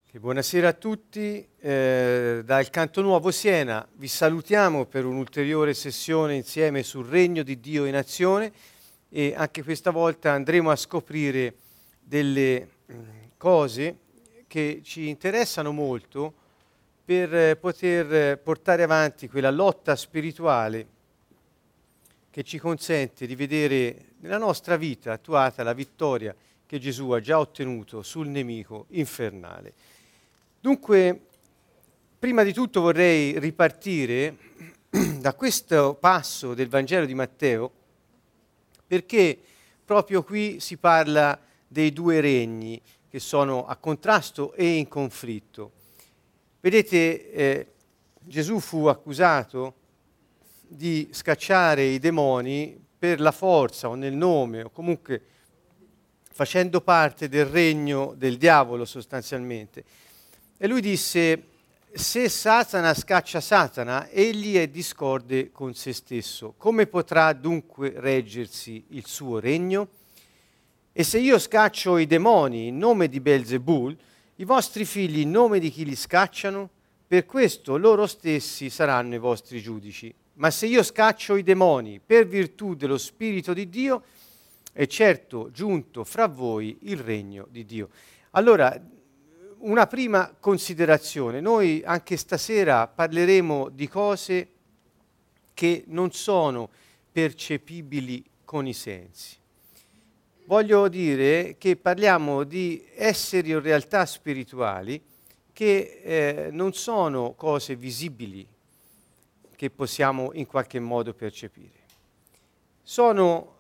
Buonasera a tutti, dal Canto Nuovo Siena vi salutiamo per un'ulteriore sessione insieme sul Regno di Dio in azione e anche questa volta andremo a scoprire delle cose che ci interessano molto per poter portare avanti quella lotta spirituale che ci consente di vedere nella nostra vita attuata la vittoria che Gesù ha già ottenuto sul nemico infernale. Dunque, prima di tutto vorrei ripartire da questo passo del Vangelo di Matteo, perché proprio qui si parla dei due regni che sono a contrasto e in conflitto. Vedete, Gesù fu accusato di scacciare i demoni per la forza o nel nome o comunque facendo parte del regno del diavolo sostanzialmente. E lui disse, se Satana scaccia Satana, egli è discorde con se stesso. Come potrà dunque reggersi il suo regno? E se io scaccio i demoni in nome di Belzebul, i vostri figli in nome di chi li scacciano? Per questo loro stessi saranno i vostri giudici. Ma se io scaccio i demoni per virtù dello Spirito di Dio, è certo giunto fra voi il regno di Dio. Allora, una prima considerazione, noi anche stasera parleremo di cose che non sono percepibili con i sensi. Voglio dire che parliamo di esseri o realtà spirituali che non sono cose visibili che possiamo in qualche modo percepire. Sono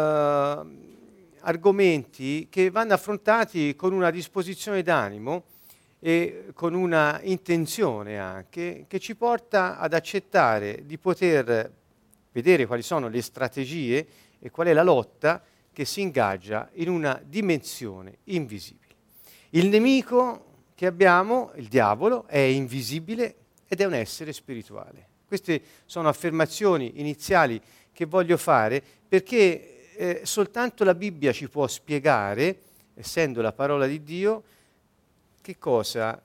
argomenti che vanno affrontati con una disposizione d'animo e con una intenzione anche che ci porta ad accettare di poter vedere quali sono le strategie e qual è la lotta che si ingaggia in una dimensione invisibile. Il nemico che abbiamo, il diavolo, è invisibile ed è un essere spirituale. Queste sono affermazioni iniziali che voglio fare perché soltanto la Bibbia ci può spiegare, essendo la parola di Dio, che cosa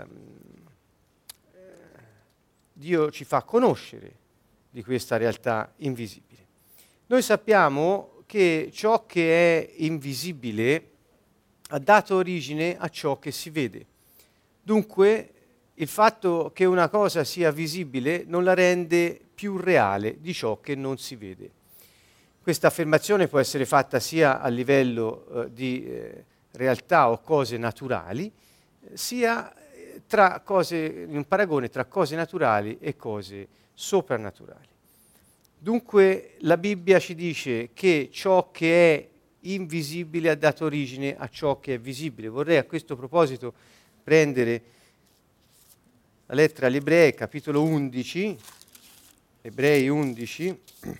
Dio ci fa conoscere di questa realtà invisibile. Noi sappiamo che ciò che è invisibile ha dato origine a ciò che si vede. Dunque, il fatto che una cosa sia visibile non la rende più reale di ciò che non si vede. Questa affermazione può essere fatta sia a livello di realtà o cose naturali, sia tra cose, in un paragone tra cose naturali e cose soprannaturali. Dunque la Bibbia ci dice che ciò che è invisibile ha dato origine a ciò che è visibile. Vorrei a questo proposito prendere la lettera agli Ebrei, capitolo 11, Ebrei 11,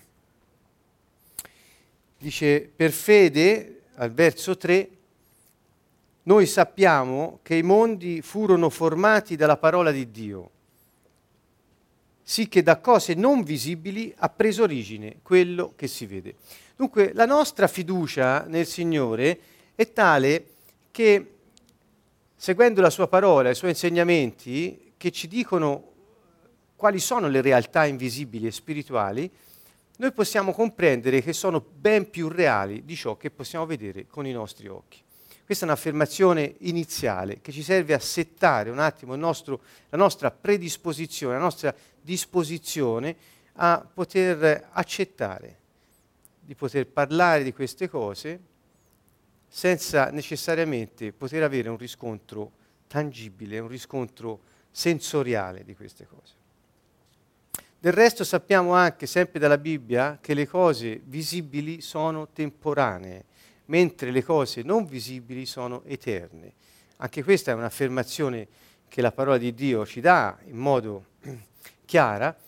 dice, per fede, al verso 3, noi sappiamo che i mondi furono formati dalla parola di Dio, sì che da cose non visibili ha preso origine quello che si vede. Dunque la nostra fiducia nel Signore è tale che, seguendo la sua parola, i suoi insegnamenti, che ci dicono quali sono le realtà invisibili e spirituali, noi possiamo comprendere che sono ben più reali di ciò che possiamo vedere con i nostri occhi. Questa è un'affermazione iniziale che ci serve a settare un attimo la nostra predisposizione, la nostra disposizione a poter accettare, di poter parlare di queste cose senza necessariamente poter avere un riscontro tangibile, un riscontro sensoriale di queste cose. Del resto sappiamo anche, sempre dalla Bibbia, che le cose visibili sono temporanee, mentre le cose non visibili sono eterne. Anche questa è un'affermazione che la parola di Dio ci dà in modo chiara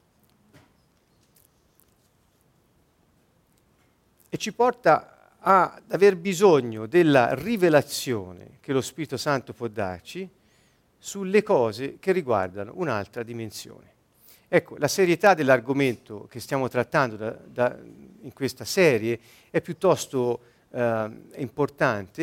e ci porta ad aver bisogno della rivelazione che lo Spirito Santo può darci sulle cose che riguardano un'altra dimensione. Ecco, la serietà dell'argomento che stiamo trattando in questa serie è piuttosto importante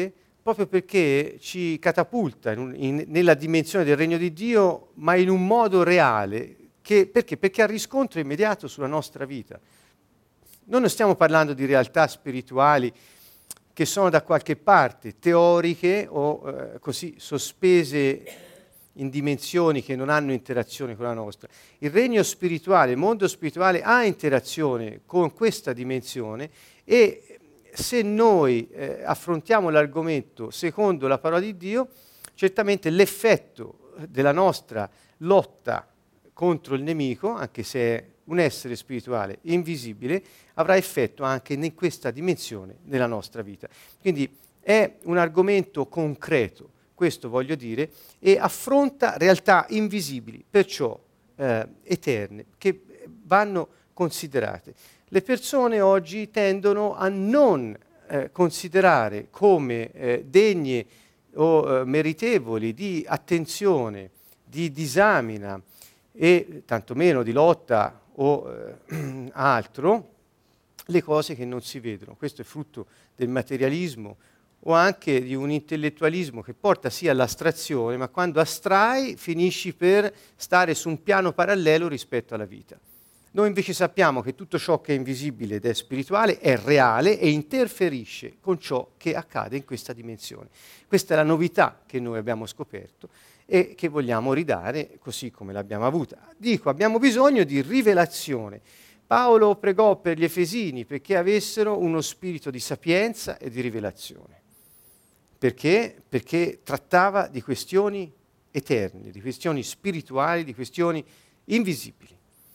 proprio perché ci catapulta nella dimensione del regno di Dio, ma in un modo reale. Perché? Perché ha riscontro immediato sulla nostra vita. Noi non stiamo parlando di realtà spirituali che sono da qualche parte, teoriche o così sospese in dimensioni che non hanno interazione con la nostra. Il regno spirituale, il mondo spirituale ha interazione con questa dimensione e se noi affrontiamo l'argomento secondo la parola di Dio, certamente l'effetto della nostra lotta contro il nemico, anche se è un essere spirituale invisibile, avrà effetto anche in questa dimensione della nostra vita. Quindi è un argomento concreto, questo voglio dire, e affronta realtà invisibili, perciò eterne, che vanno considerate. Le persone oggi tendono a non considerare come degne o meritevoli di attenzione, di disamina e tantomeno di lotta o altro, le cose che non si vedono. Questo è frutto del materialismo o anche di un intellettualismo che porta sì all'astrazione, ma quando astrai finisci per stare su un piano parallelo rispetto alla vita. Noi invece sappiamo che tutto ciò che è invisibile ed è spirituale è reale e interferisce con ciò che accade in questa dimensione. Questa è la novità che noi abbiamo scoperto e che vogliamo ridare così come l'abbiamo avuta. Dico, abbiamo bisogno di rivelazione. Paolo pregò per gli Efesini perché avessero uno spirito di sapienza e di rivelazione. Perché? Perché trattava di questioni eterne, di questioni spirituali, di questioni invisibili.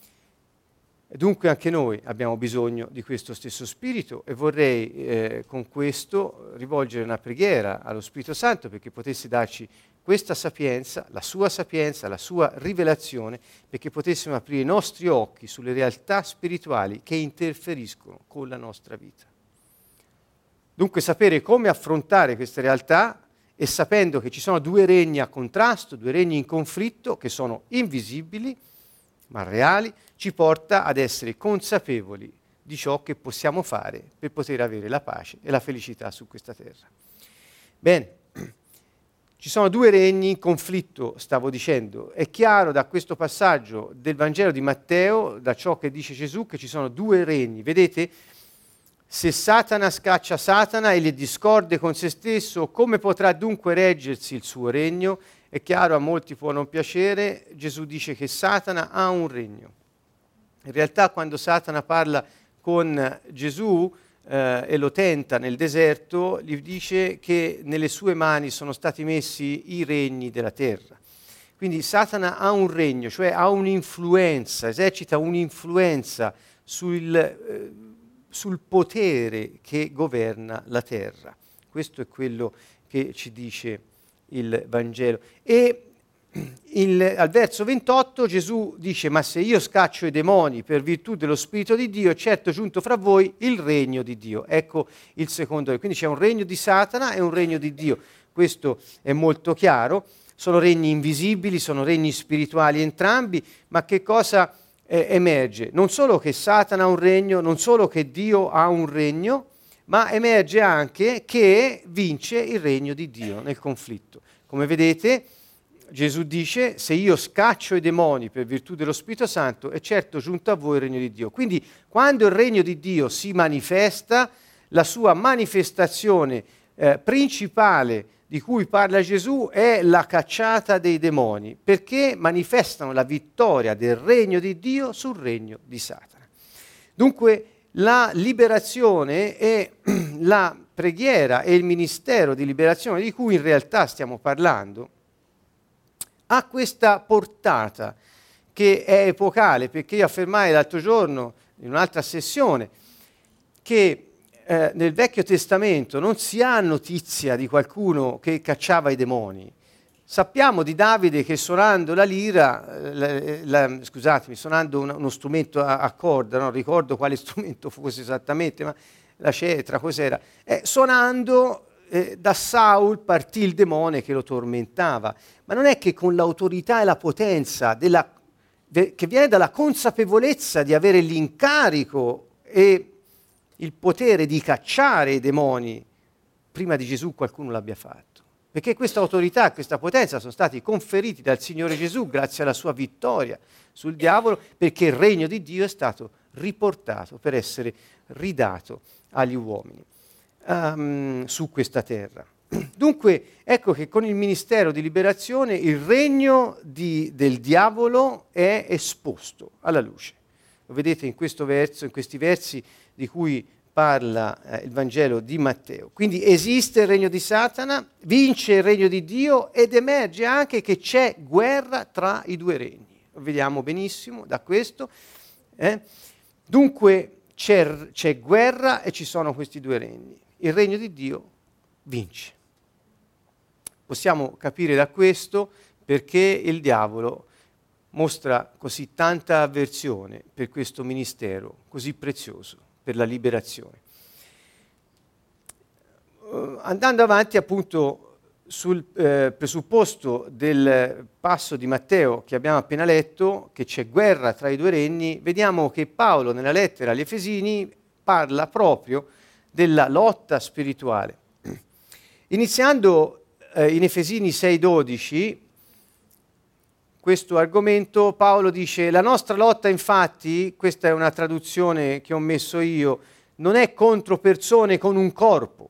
E dunque anche noi abbiamo bisogno di questo stesso spirito e vorrei con questo rivolgere una preghiera allo Spirito Santo perché potesse darci questa sapienza, la sua rivelazione, perché potessimo aprire i nostri occhi sulle realtà spirituali che interferiscono con la nostra vita. Dunque sapere come affrontare queste realtà e sapendo che ci sono due regni a contrasto, due regni in conflitto che sono invisibili ma reali, ci porta ad essere consapevoli di ciò che possiamo fare per poter avere la pace e la felicità su questa terra. Bene, ci sono due regni in conflitto, stavo dicendo. È chiaro da questo passaggio del Vangelo di Matteo, da ciò che dice Gesù, che ci sono due regni. Vedete? Se Satana scaccia Satana e le discorde con se stesso, come potrà dunque reggersi il suo regno? È chiaro, a molti può non piacere, Gesù dice che Satana ha un regno. In realtà quando Satana parla con Gesù e lo tenta nel deserto, gli dice che nelle sue mani sono stati messi i regni della terra. Quindi Satana ha un regno, cioè ha un'influenza, esercita un'influenza sul potere che governa la terra. Questo è quello che ci dice il Vangelo. E al verso 28 Gesù dice: ma se io scaccio i demoni per virtù dello Spirito di Dio, è certo giunto fra voi il regno di Dio. Ecco il secondo. Quindi c'è un regno di Satana e un regno di Dio. Questo è molto chiaro. Sono regni invisibili, sono regni spirituali entrambi, ma che cosa emerge? Non solo che Satana ha un regno, non solo che Dio ha un regno, ma emerge anche che vince il regno di Dio nel conflitto. Come vedete, Gesù dice: se io scaccio i demoni per virtù dello Spirito Santo, è certo giunto a voi il regno di Dio. Quindi quando il regno di Dio si manifesta, la sua manifestazione principale di cui parla Gesù è la cacciata dei demoni, perché manifestano la vittoria del regno di Dio sul regno di Satana. Dunque la liberazione e la preghiera e il ministero di liberazione di cui in realtà stiamo parlando ha questa portata che è epocale, perché io affermai l'altro giorno in un'altra sessione che nel Vecchio Testamento non si ha notizia di qualcuno che cacciava i demoni. Sappiamo di Davide che suonando la lira, suonando uno strumento a corda, non ricordo quale strumento fosse esattamente, ma la cetra, cos'era, suonando da Saul partì il demone che lo tormentava. Ma non è che con l'autorità e la potenza che viene dalla consapevolezza di avere l'incarico e il potere di cacciare i demoni prima di Gesù qualcuno l'abbia fatto. Perché questa autorità, questa potenza sono stati conferiti dal Signore Gesù grazie alla sua vittoria sul diavolo, perché il regno di Dio è stato riportato per essere ridato agli uomini su questa terra. Dunque, ecco che con il ministero di liberazione il regno del diavolo è esposto alla luce. Lo vedete in questo verso, in questi versi di cui parla il Vangelo di Matteo. Quindi esiste il regno di Satana, vince il regno di Dio ed emerge anche che c'è guerra tra i due regni. Lo vediamo benissimo da questo. Dunque c'è guerra e ci sono questi due regni. Il regno di Dio vince. Possiamo capire da questo perché il diavolo mostra così tanta avversione per questo ministero così prezioso per la liberazione. Andando avanti appunto sul presupposto del passo di Matteo che abbiamo appena letto, che c'è guerra tra i due regni, vediamo che Paolo nella lettera agli Efesini parla proprio della lotta spirituale. Iniziando in Efesini 6,12, questo argomento, Paolo dice: la nostra lotta infatti, questa è una traduzione che ho messo io, non è contro persone con un corpo.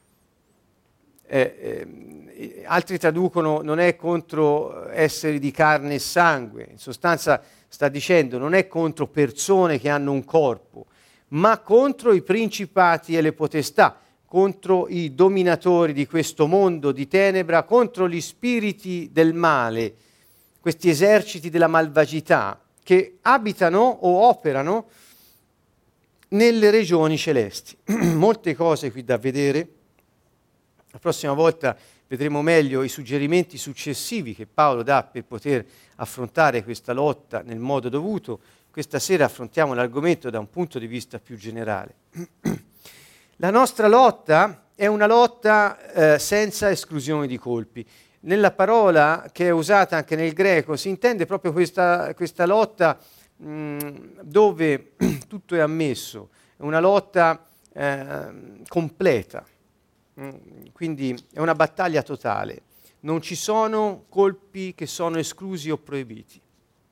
Altri traducono non è contro esseri di carne e sangue. In sostanza sta dicendo non è contro persone che hanno un corpo, ma contro i principati e le potestà, contro i dominatori di questo mondo di tenebra, contro gli spiriti del male, questi eserciti della malvagità che abitano o operano nelle regioni celesti. Molte cose qui da vedere. La prossima volta vedremo meglio i suggerimenti successivi che Paolo dà per poter affrontare questa lotta nel modo dovuto. Questa sera affrontiamo l'argomento da un punto di vista più generale. La nostra lotta è una lotta senza esclusione di colpi. Nella parola che è usata anche nel greco si intende proprio questa lotta dove tutto è ammesso, è una lotta completa, quindi è una battaglia totale. Non ci sono colpi che sono esclusi o proibiti.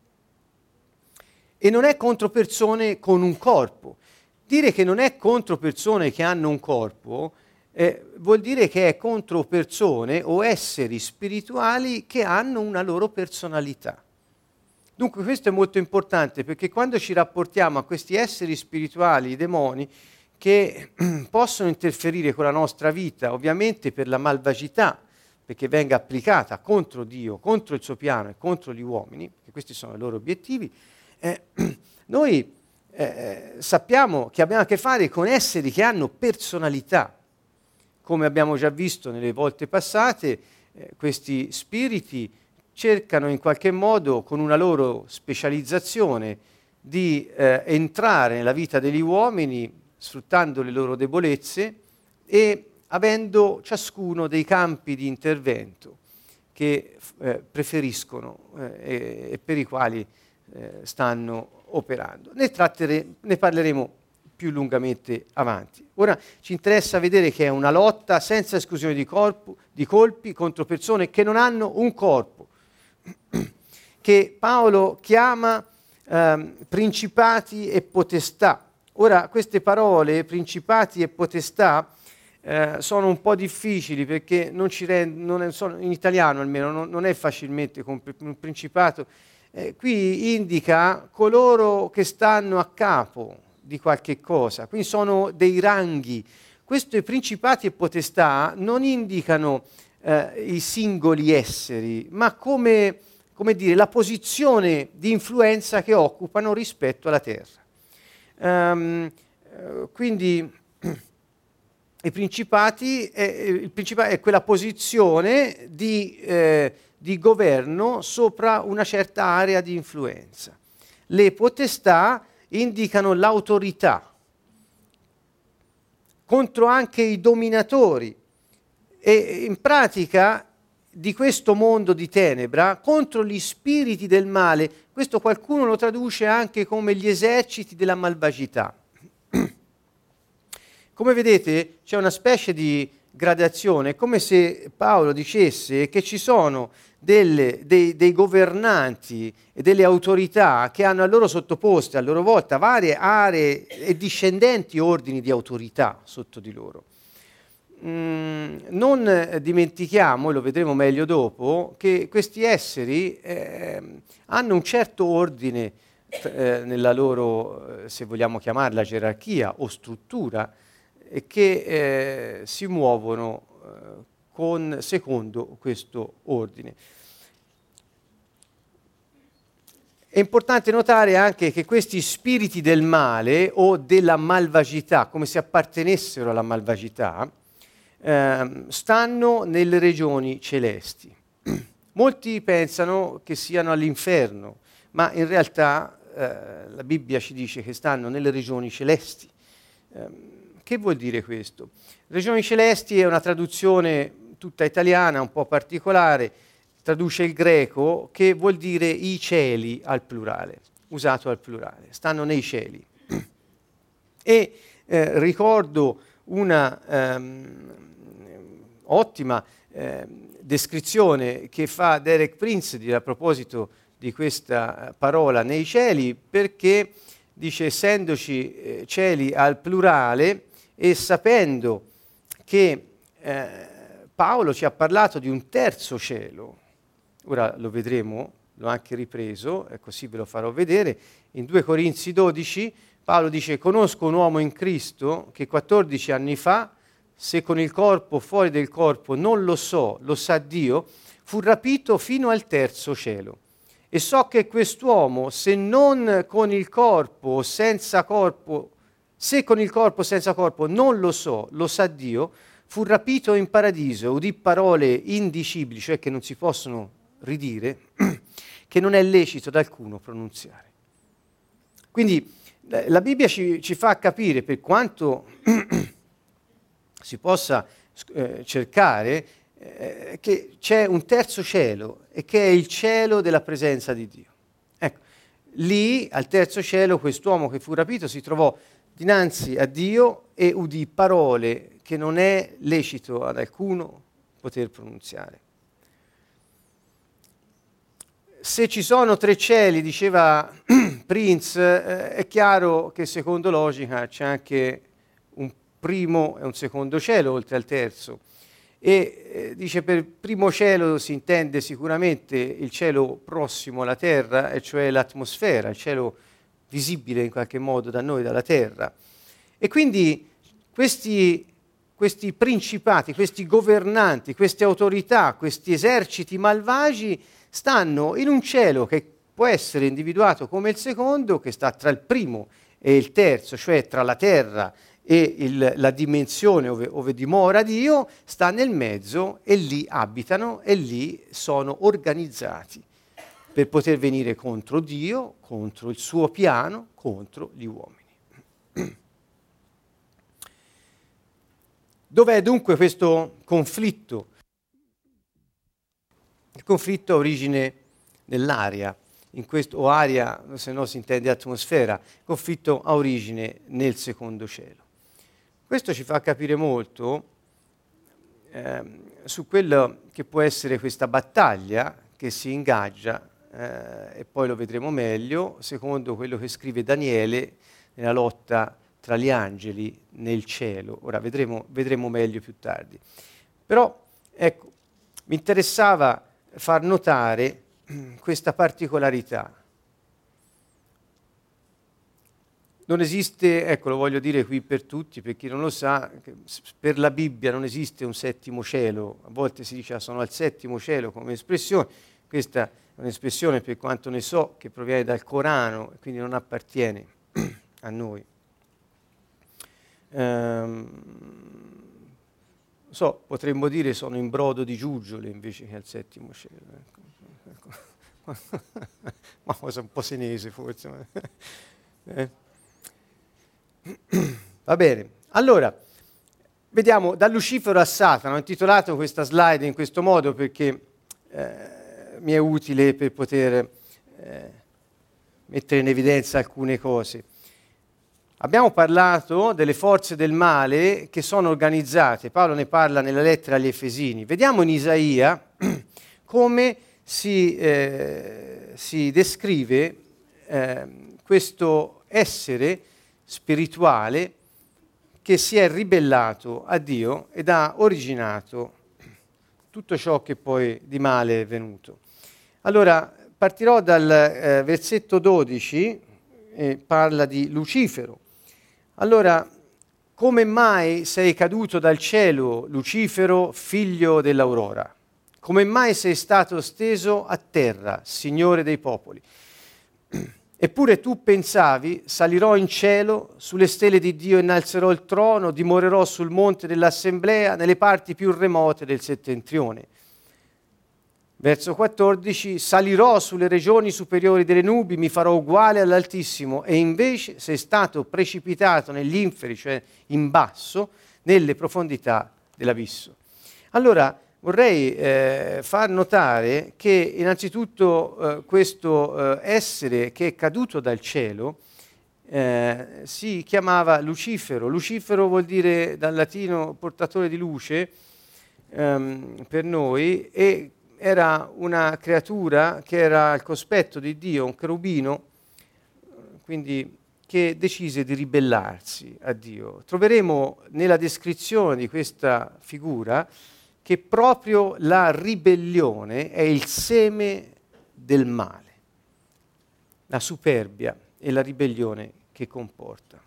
E non è contro persone con un corpo. Dire che non è contro persone che hanno un corpo vuol dire che è contro persone o esseri spirituali che hanno una loro personalità. Dunque questo è molto importante perché quando ci rapportiamo a questi esseri spirituali, i demoni, che possono interferire con la nostra vita, ovviamente per la malvagità, perché venga applicata contro Dio, contro il suo piano e contro gli uomini, perché questi sono i loro obiettivi, noi sappiamo che abbiamo a che fare con esseri che hanno personalità. Come abbiamo già visto nelle volte passate, questi spiriti cercano in qualche modo, con una loro specializzazione, di entrare nella vita degli uomini, sfruttando le loro debolezze e avendo ciascuno dei campi di intervento che preferiscono e per i quali stanno operando. Ne parleremo più lungamente avanti. Ora ci interessa vedere che è una lotta senza esclusione di colpi contro persone che non hanno un corpo, che Paolo chiama principati e potestà. Ora queste parole, principati e potestà, sono un po' difficili perché in italiano almeno non è facilmente un principato. Qui indica coloro che stanno a capo di qualche cosa, quindi sono dei ranghi. Questi principati e potestà non indicano i singoli esseri, ma come dire, la posizione di influenza che occupano rispetto alla terra. Quindi il principato è quella posizione di governo sopra una certa area di influenza. Le potestà indicano l'autorità contro anche i dominatori e in pratica di questo mondo di tenebra contro gli spiriti del male. Questo qualcuno lo traduce anche come gli eserciti della malvagità. Come vedete c'è una specie di gradazione, è come se Paolo dicesse che ci sono dei governanti e delle autorità che hanno a loro sottoposte a loro volta varie aree e discendenti ordini di autorità sotto di loro. Non dimentichiamo, e lo vedremo meglio dopo, che questi esseri hanno un certo ordine nella loro, se vogliamo chiamarla, gerarchia o struttura, e che si muovono secondo questo ordine. È importante notare anche che questi spiriti del male o della malvagità, come se appartenessero alla malvagità, stanno nelle regioni celesti. Molti pensano che siano all'inferno, ma in realtà la Bibbia ci dice che stanno nelle regioni celesti. Che vuol dire questo? Regioni celesti è una traduzione tutta italiana, un po' particolare, traduce il greco, che vuol dire i cieli al plurale, usato al plurale, stanno nei cieli. E ricordo una ottima descrizione che fa Derek Prince a proposito di questa parola nei cieli, perché dice, essendoci cieli al plurale e sapendo che Paolo ci ha parlato di un terzo cielo, ora lo vedremo, l'ho anche ripreso, e così ve lo farò vedere, in 2 Corinzi 12 Paolo dice: conosco un uomo in Cristo che 14 anni fa, se con il corpo o fuori del corpo non lo so, lo sa Dio, fu rapito fino al terzo cielo. E so che quest'uomo, se non con il corpo o senza corpo, se con il corpo o senza corpo non lo so, lo sa Dio, fu rapito in paradiso, udì parole indicibili, cioè che non si possono ridire, che non è lecito ad alcuno pronunziare. Quindi la Bibbia ci fa capire, per quanto si possa cercare, che c'è un terzo cielo e che è il cielo della presenza di Dio. Ecco, lì al terzo cielo quest'uomo che fu rapito si trovò dinanzi a Dio e udì parole che non è lecito ad alcuno poter pronunziare. Se ci sono 3 cieli, diceva Prince, è chiaro che secondo logica c'è anche un primo e un secondo cielo oltre al terzo. E dice per primo cielo si intende sicuramente il cielo prossimo alla terra, e cioè l'atmosfera, il cielo visibile in qualche modo da noi, dalla terra. E quindi questi principati, questi governanti, queste autorità, questi eserciti malvagi stanno in un cielo che può essere individuato come il secondo, che sta tra il primo e il terzo, cioè tra la terra e la dimensione ove dimora Dio, sta nel mezzo e lì abitano e lì sono organizzati per poter venire contro Dio, contro il suo piano, contro gli uomini. Dov'è dunque questo conflitto? Il conflitto ha origine nell'aria, o aria, se no si intende atmosfera. Il conflitto ha origine nel secondo cielo. Questo ci fa capire molto su quello che può essere questa battaglia che si ingaggia, e poi lo vedremo meglio, secondo quello che scrive Daniele nella lotta tra gli angeli nel cielo. Ora vedremo meglio più tardi. Però, ecco, mi interessava far notare questa particolarità. Non esiste, ecco, lo voglio dire qui per tutti, per chi non lo sa, per la Bibbia non esiste un settimo cielo. A volte si dice sono al settimo cielo come espressione. Questa è un'espressione, per quanto ne so, che proviene dal Corano e quindi non appartiene a noi. Potremmo dire sono in brodo di giuggiole invece che al settimo cielo. Ecco. Ma cosa un po' senese forse. Va bene, allora vediamo da Lucifero a Satana. Ho intitolato questa slide in questo modo perché mi è utile per poter mettere in evidenza alcune cose. Abbiamo parlato delle forze del male che sono organizzate, Paolo ne parla nella lettera agli Efesini. Vediamo in Isaia come si descrive questo essere spirituale che si è ribellato a Dio ed ha originato tutto ciò che poi di male è venuto. Allora, partirò dal versetto 12, parla di Lucifero. Allora, come mai sei caduto dal cielo, Lucifero, figlio dell'aurora? Come mai sei stato steso a terra, Signore dei popoli? Eppure tu pensavi, salirò in cielo, sulle stelle di Dio innalzerò il trono, dimorerò sul monte dell'assemblea, nelle parti più remote del settentrione. Verso 14, salirò sulle regioni superiori delle nubi, mi farò uguale all'Altissimo, e invece sei stato precipitato negli inferi, cioè in basso, nelle profondità dell'abisso. Allora, vorrei far notare che innanzitutto questo essere che è caduto dal cielo si chiamava Lucifero. Lucifero vuol dire dal latino portatore di luce per noi, e era una creatura che era al cospetto di Dio, un cherubino, quindi che decise di ribellarsi a Dio. Troveremo nella descrizione di questa figura che proprio la ribellione è il seme del male, la superbia e la ribellione che comporta.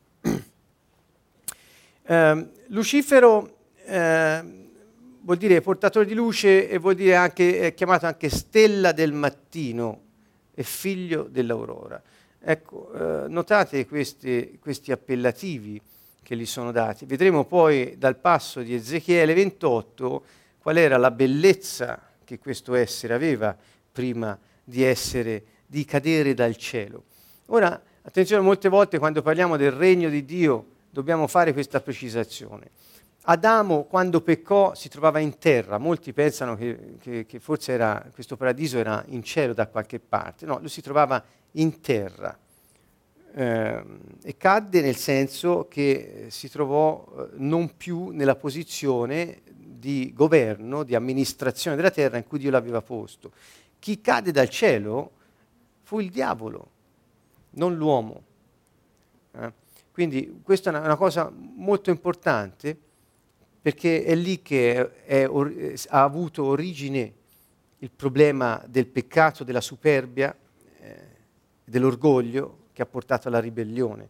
Lucifero vuol dire portatore di luce e vuol dire anche, è chiamato anche stella del mattino e figlio dell'aurora. Ecco, notate questi appellativi che gli sono dati. Vedremo poi dal passo di Ezechiele 28 qual era la bellezza che questo essere aveva prima di cadere dal cielo. Ora, attenzione, molte volte quando parliamo del regno di Dio dobbiamo fare questa precisazione. Adamo, quando peccò, si trovava in terra. Molti pensano che forse questo paradiso era in cielo da qualche parte. No, lui si trovava in terra. E cadde nel senso che si trovò non più nella posizione di governo, di amministrazione della terra in cui Dio l'aveva posto. Chi cade dal cielo fu il diavolo, non l'uomo. Quindi questa è una cosa molto importante, perché è lì che ha avuto origine il problema del peccato, della superbia, dell'orgoglio che ha portato alla ribellione.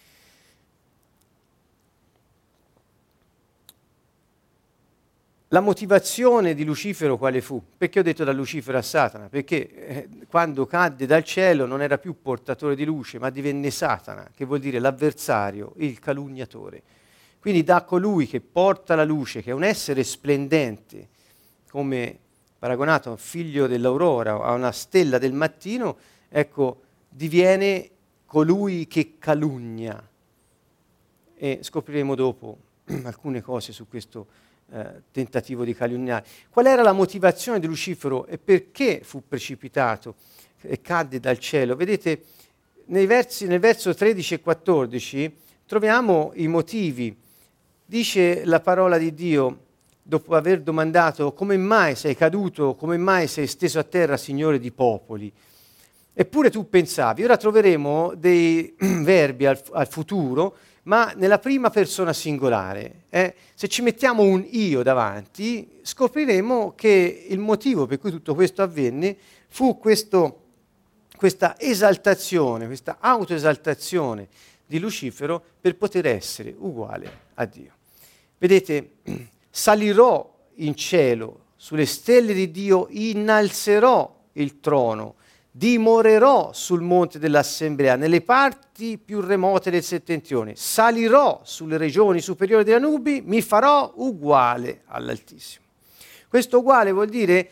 La motivazione di Lucifero quale fu? Perché ho detto da Lucifero a Satana? Perché quando cadde dal cielo non era più portatore di luce, ma divenne Satana, che vuol dire l'avversario, il calunniatore. Quindi da colui che porta la luce, che è un essere splendente, come paragonato a un figlio dell'aurora o a una stella del mattino, ecco, diviene colui che calunnia. E scopriremo dopo alcune cose su questo tentativo di calunniare. Qual era la motivazione di Lucifero e perché fu precipitato e cadde dal cielo? Vedete, nel verso 13 e 14 troviamo i motivi. Dice la parola di Dio, dopo aver domandato come mai sei caduto, come mai sei steso a terra, Signore di popoli. Eppure tu pensavi. Ora troveremo dei verbi al futuro, ma nella prima persona singolare. Se ci mettiamo un io davanti, scopriremo che il motivo per cui tutto questo avvenne fu questa esaltazione, questa autoesaltazione di Lucifero per poter essere uguale a Dio. Vedete, salirò in cielo, sulle stelle di Dio innalzerò il trono, dimorerò sul monte dell'assemblea, nelle parti più remote del settentrione, salirò sulle regioni superiori della nubi, mi farò uguale all'Altissimo. Questo uguale vuol dire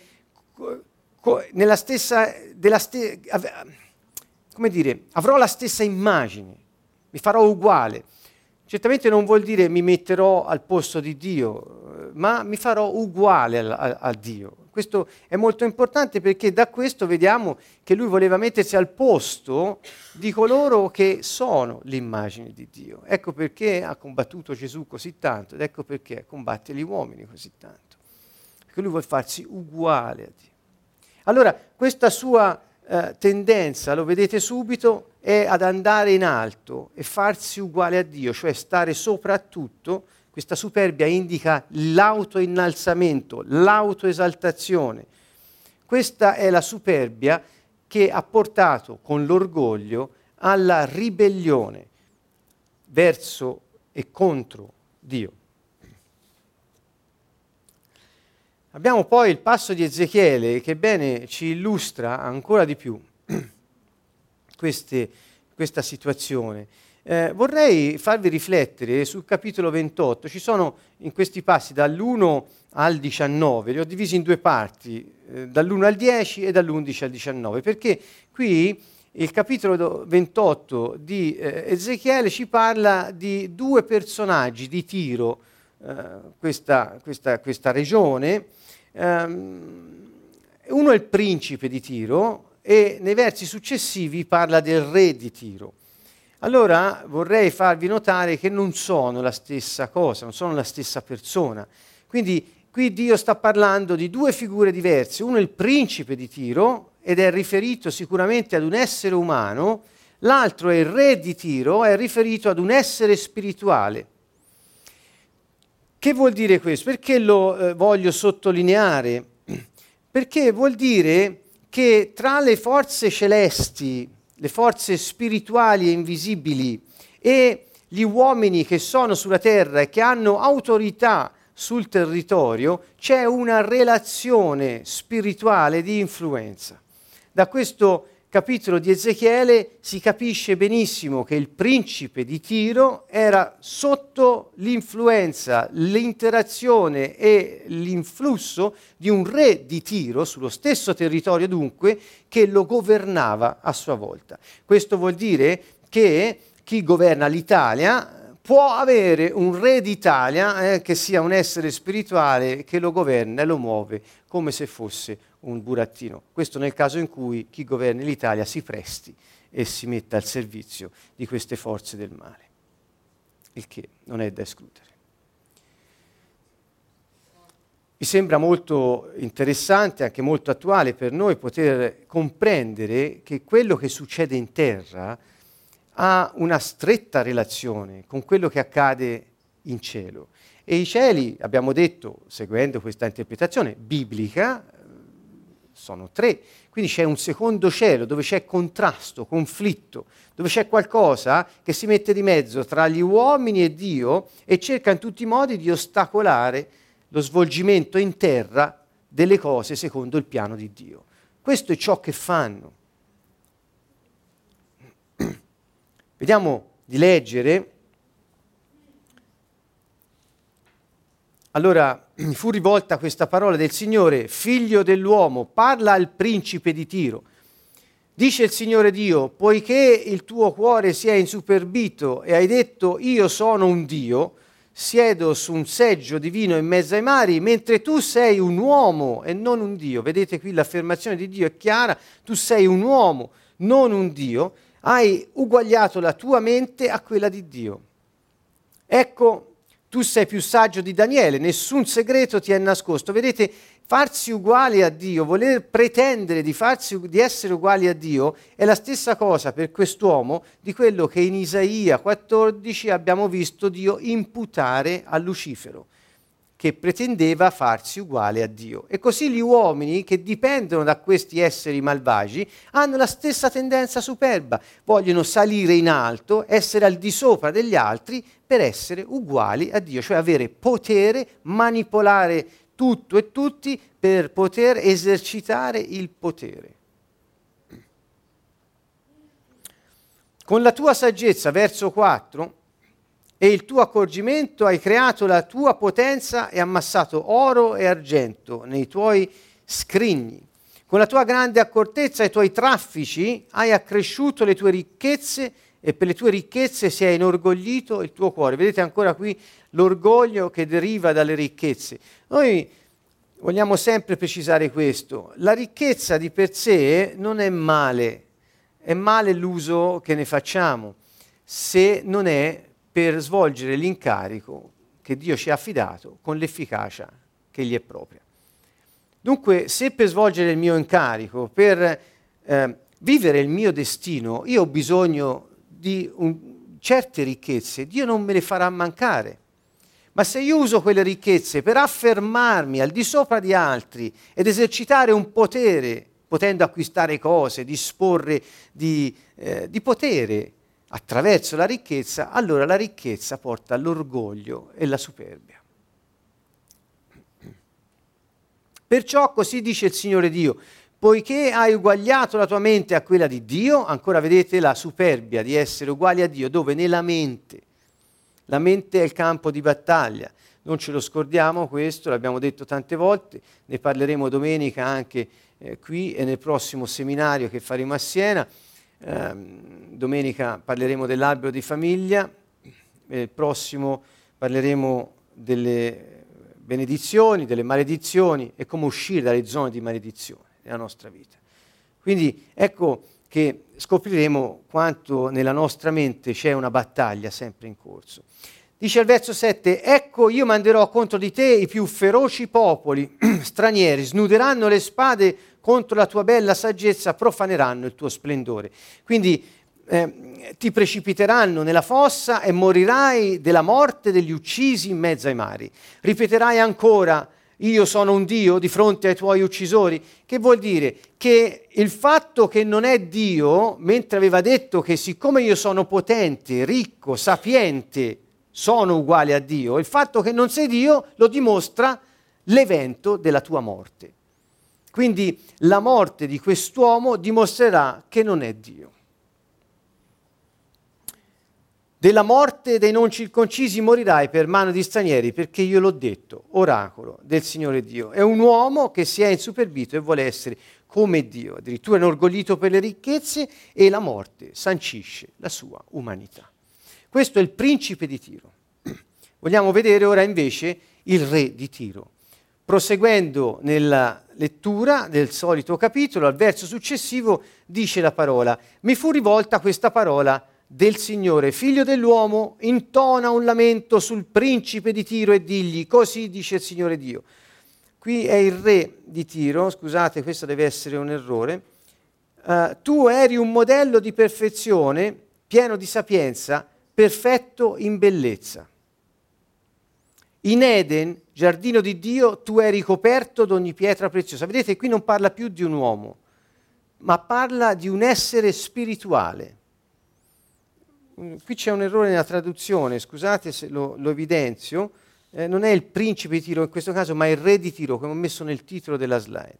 come dire, avrò la stessa immagine, mi farò uguale. Certamente non vuol dire mi metterò al posto di Dio, ma mi farò uguale a Dio. Questo è molto importante perché da questo vediamo che lui voleva mettersi al posto di coloro che sono l'immagine di Dio. Ecco perché ha combattuto Gesù così tanto ed ecco perché combatte gli uomini così tanto. Perché lui vuole farsi uguale a Dio. Allora, questa sua tendenza, lo vedete subito, è ad andare in alto e farsi uguale a Dio, cioè stare sopra a tutto. Questa superbia indica l'autoinnalzamento, l'autoesaltazione. Questa è la superbia che ha portato con l'orgoglio alla ribellione verso e contro Dio. Abbiamo poi il passo di Ezechiele che bene ci illustra ancora di più questa situazione. Vorrei farvi riflettere sul capitolo 28, ci sono in questi passi dall'1 al 19, li ho divisi in due parti, dall'1 al 10 e dall'11 al 19, perché qui il capitolo 28 di Ezechiele ci parla di due personaggi di Tiro, questa regione. Uno è il principe di Tiro e nei versi successivi parla del re di Tiro. Allora vorrei farvi notare che non sono la stessa cosa, non sono la stessa persona. Quindi qui Dio sta parlando di due figure diverse. Uno è il principe di Tiro ed è riferito sicuramente ad un essere umano, l'altro è il re di Tiro, è riferito ad un essere spirituale. Che vuol dire questo? Perché lo voglio sottolineare? Perché vuol dire che tra le forze celesti, le forze spirituali e invisibili e gli uomini che sono sulla terra e che hanno autorità sul territorio, c'è una relazione spirituale di influenza. Da questo capitolo di Ezechiele si capisce benissimo che il principe di Tiro era sotto l'influenza, l'interazione e l'influsso di un re di Tiro, sullo stesso territorio dunque, che lo governava a sua volta. Questo vuol dire che chi governa l'Italia può avere un re d'Italia che sia un essere spirituale che lo governa e lo muove come se fosse un burattino. Questo nel caso in cui chi governa l'Italia si presti e si metta al servizio di queste forze del male, il che non è da escludere. Mi sembra molto interessante, anche molto attuale per noi, poter comprendere che quello che succede in terra ha una stretta relazione con quello che accade in cielo. E i cieli, abbiamo detto, seguendo questa interpretazione biblica, sono tre. Quindi c'è un secondo cielo dove c'è contrasto, conflitto, dove c'è qualcosa che si mette di mezzo tra gli uomini e Dio e cerca in tutti i modi di ostacolare lo svolgimento in terra delle cose secondo il piano di Dio. Questo è ciò che fanno. Vediamo di leggere. Allora mi fu rivolta questa parola del Signore: figlio dell'uomo, parla al principe di Tiro. Dice il Signore Dio: poiché il tuo cuore si è insuperbito e hai detto io sono un Dio, siedo su un seggio divino in mezzo ai mari, mentre tu sei un uomo e non un Dio. Vedete qui l'affermazione di Dio è chiara: tu sei un uomo, non un Dio, hai uguagliato la tua mente a quella di Dio. Ecco, tu sei più saggio di Daniele, nessun segreto ti è nascosto. Vedete, farsi uguali a Dio, voler pretendere di essere uguali a Dio, è la stessa cosa per quest'uomo di quello che in Isaia 14 abbiamo visto Dio imputare a Lucifero, che pretendeva farsi uguale a Dio. E così gli uomini che dipendono da questi esseri malvagi hanno la stessa tendenza superba, vogliono salire in alto, essere al di sopra degli altri per essere uguali a Dio, cioè avere potere, manipolare tutto e tutti per poter esercitare il potere. Con la tua saggezza, verso 4, e il tuo accorgimento hai creato la tua potenza e ammassato oro e argento nei tuoi scrigni. Con la tua grande accortezza e i tuoi traffici hai accresciuto le tue ricchezze e per le tue ricchezze si è inorgoglito il tuo cuore. Vedete ancora qui l'orgoglio che deriva dalle ricchezze. Noi vogliamo sempre precisare questo: la ricchezza di per sé non è male l'uso che ne facciamo, se non è per svolgere l'incarico che Dio ci ha affidato con l'efficacia che gli è propria. Dunque, se per svolgere il mio incarico, per vivere il mio destino, io ho bisogno di certe ricchezze, Dio non me le farà mancare. Ma se io uso quelle ricchezze per affermarmi al di sopra di altri ed esercitare un potere, potendo acquistare cose, disporre di potere attraverso la ricchezza, allora la ricchezza porta all'orgoglio e alla superbia. Perciò così dice il Signore Dio: poiché hai uguagliato la tua mente a quella di Dio, ancora vedete la superbia di essere uguali a Dio, dove? Nella mente. La mente è il campo di battaglia, non ce lo scordiamo questo, l'abbiamo detto tante volte, ne parleremo domenica anche qui e nel prossimo seminario che faremo a Siena. Domenica parleremo dell'albero di famiglia, il prossimo parleremo delle benedizioni, delle maledizioni e come uscire dalle zone di maledizione nella nostra vita. Quindi ecco che scopriremo quanto nella nostra mente c'è una battaglia sempre in corso. Dice al verso 7: ecco, io manderò contro di te i più feroci popoli stranieri, snuderanno le spade contro la tua bella saggezza, profaneranno il tuo splendore. Quindi ti precipiteranno nella fossa e morirai della morte degli uccisi in mezzo ai mari. Ripeterai ancora: io sono un Dio di fronte ai tuoi uccisori. Che vuol dire? Che il fatto che non è Dio, mentre aveva detto che siccome io sono potente, ricco, sapiente, sono uguale a Dio, il fatto che non sei Dio lo dimostra l'evento della tua morte. Quindi la morte di quest'uomo dimostrerà che non è Dio. Della morte dei non circoncisi morirai per mano di stranieri, perché io l'ho detto, oracolo del Signore Dio. È un uomo che si è insuperbito e vuole essere come Dio, addirittura inorgoglito per le ricchezze, e la morte sancisce la sua umanità. Questo è il principe di Tiro. Vogliamo vedere ora invece il re di Tiro. Proseguendo nella lettura del solito capitolo, al verso successivo dice la parola: mi fu rivolta questa parola del Signore: figlio dell'uomo, intona un lamento sul principe di Tiro e digli: così dice il Signore Dio. Qui è il re di Tiro, scusate, questo deve essere un errore. Tu eri un modello di perfezione, pieno di sapienza, perfetto in bellezza. In Eden, giardino di Dio, tu eri coperto d'ogni pietra preziosa. Vedete, qui non parla più di un uomo, ma parla di un essere spirituale. Qui c'è un errore nella traduzione, scusate se lo evidenzio, non è il principe di Tiro in questo caso, ma il re di Tiro, come ho messo nel titolo della slide.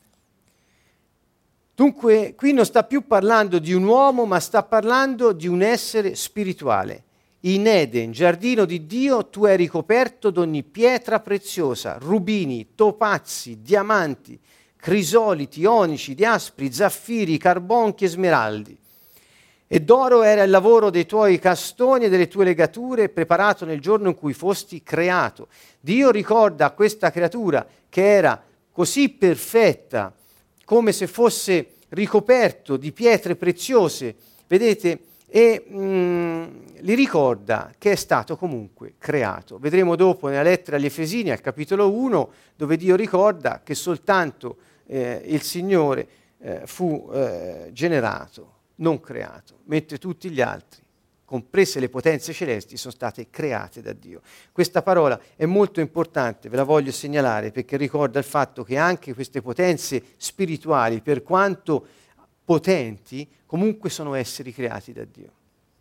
Dunque, qui non sta più parlando di un uomo, ma sta parlando di un essere spirituale. In Eden, giardino di Dio, tu eri coperto d'ogni pietra preziosa, rubini, topazzi, diamanti, crisoliti, onici, diaspri, zaffiri, carbonchi e smeraldi. E d'oro era il lavoro dei tuoi castoni e delle tue legature, preparato nel giorno in cui fosti creato. Dio ricorda a questa creatura che era così perfetta, come se fosse ricoperto di pietre preziose, vedete, e li ricorda che è stato comunque creato. Vedremo dopo nella lettera agli Efesini, al capitolo 1, dove Dio ricorda che soltanto il Signore fu generato, non creato, mentre tutti gli altri, comprese le potenze celesti, sono state create da Dio. Questa parola è molto importante, ve la voglio segnalare, perché ricorda il fatto che anche queste potenze spirituali, per quanto potenti, comunque sono esseri creati da Dio.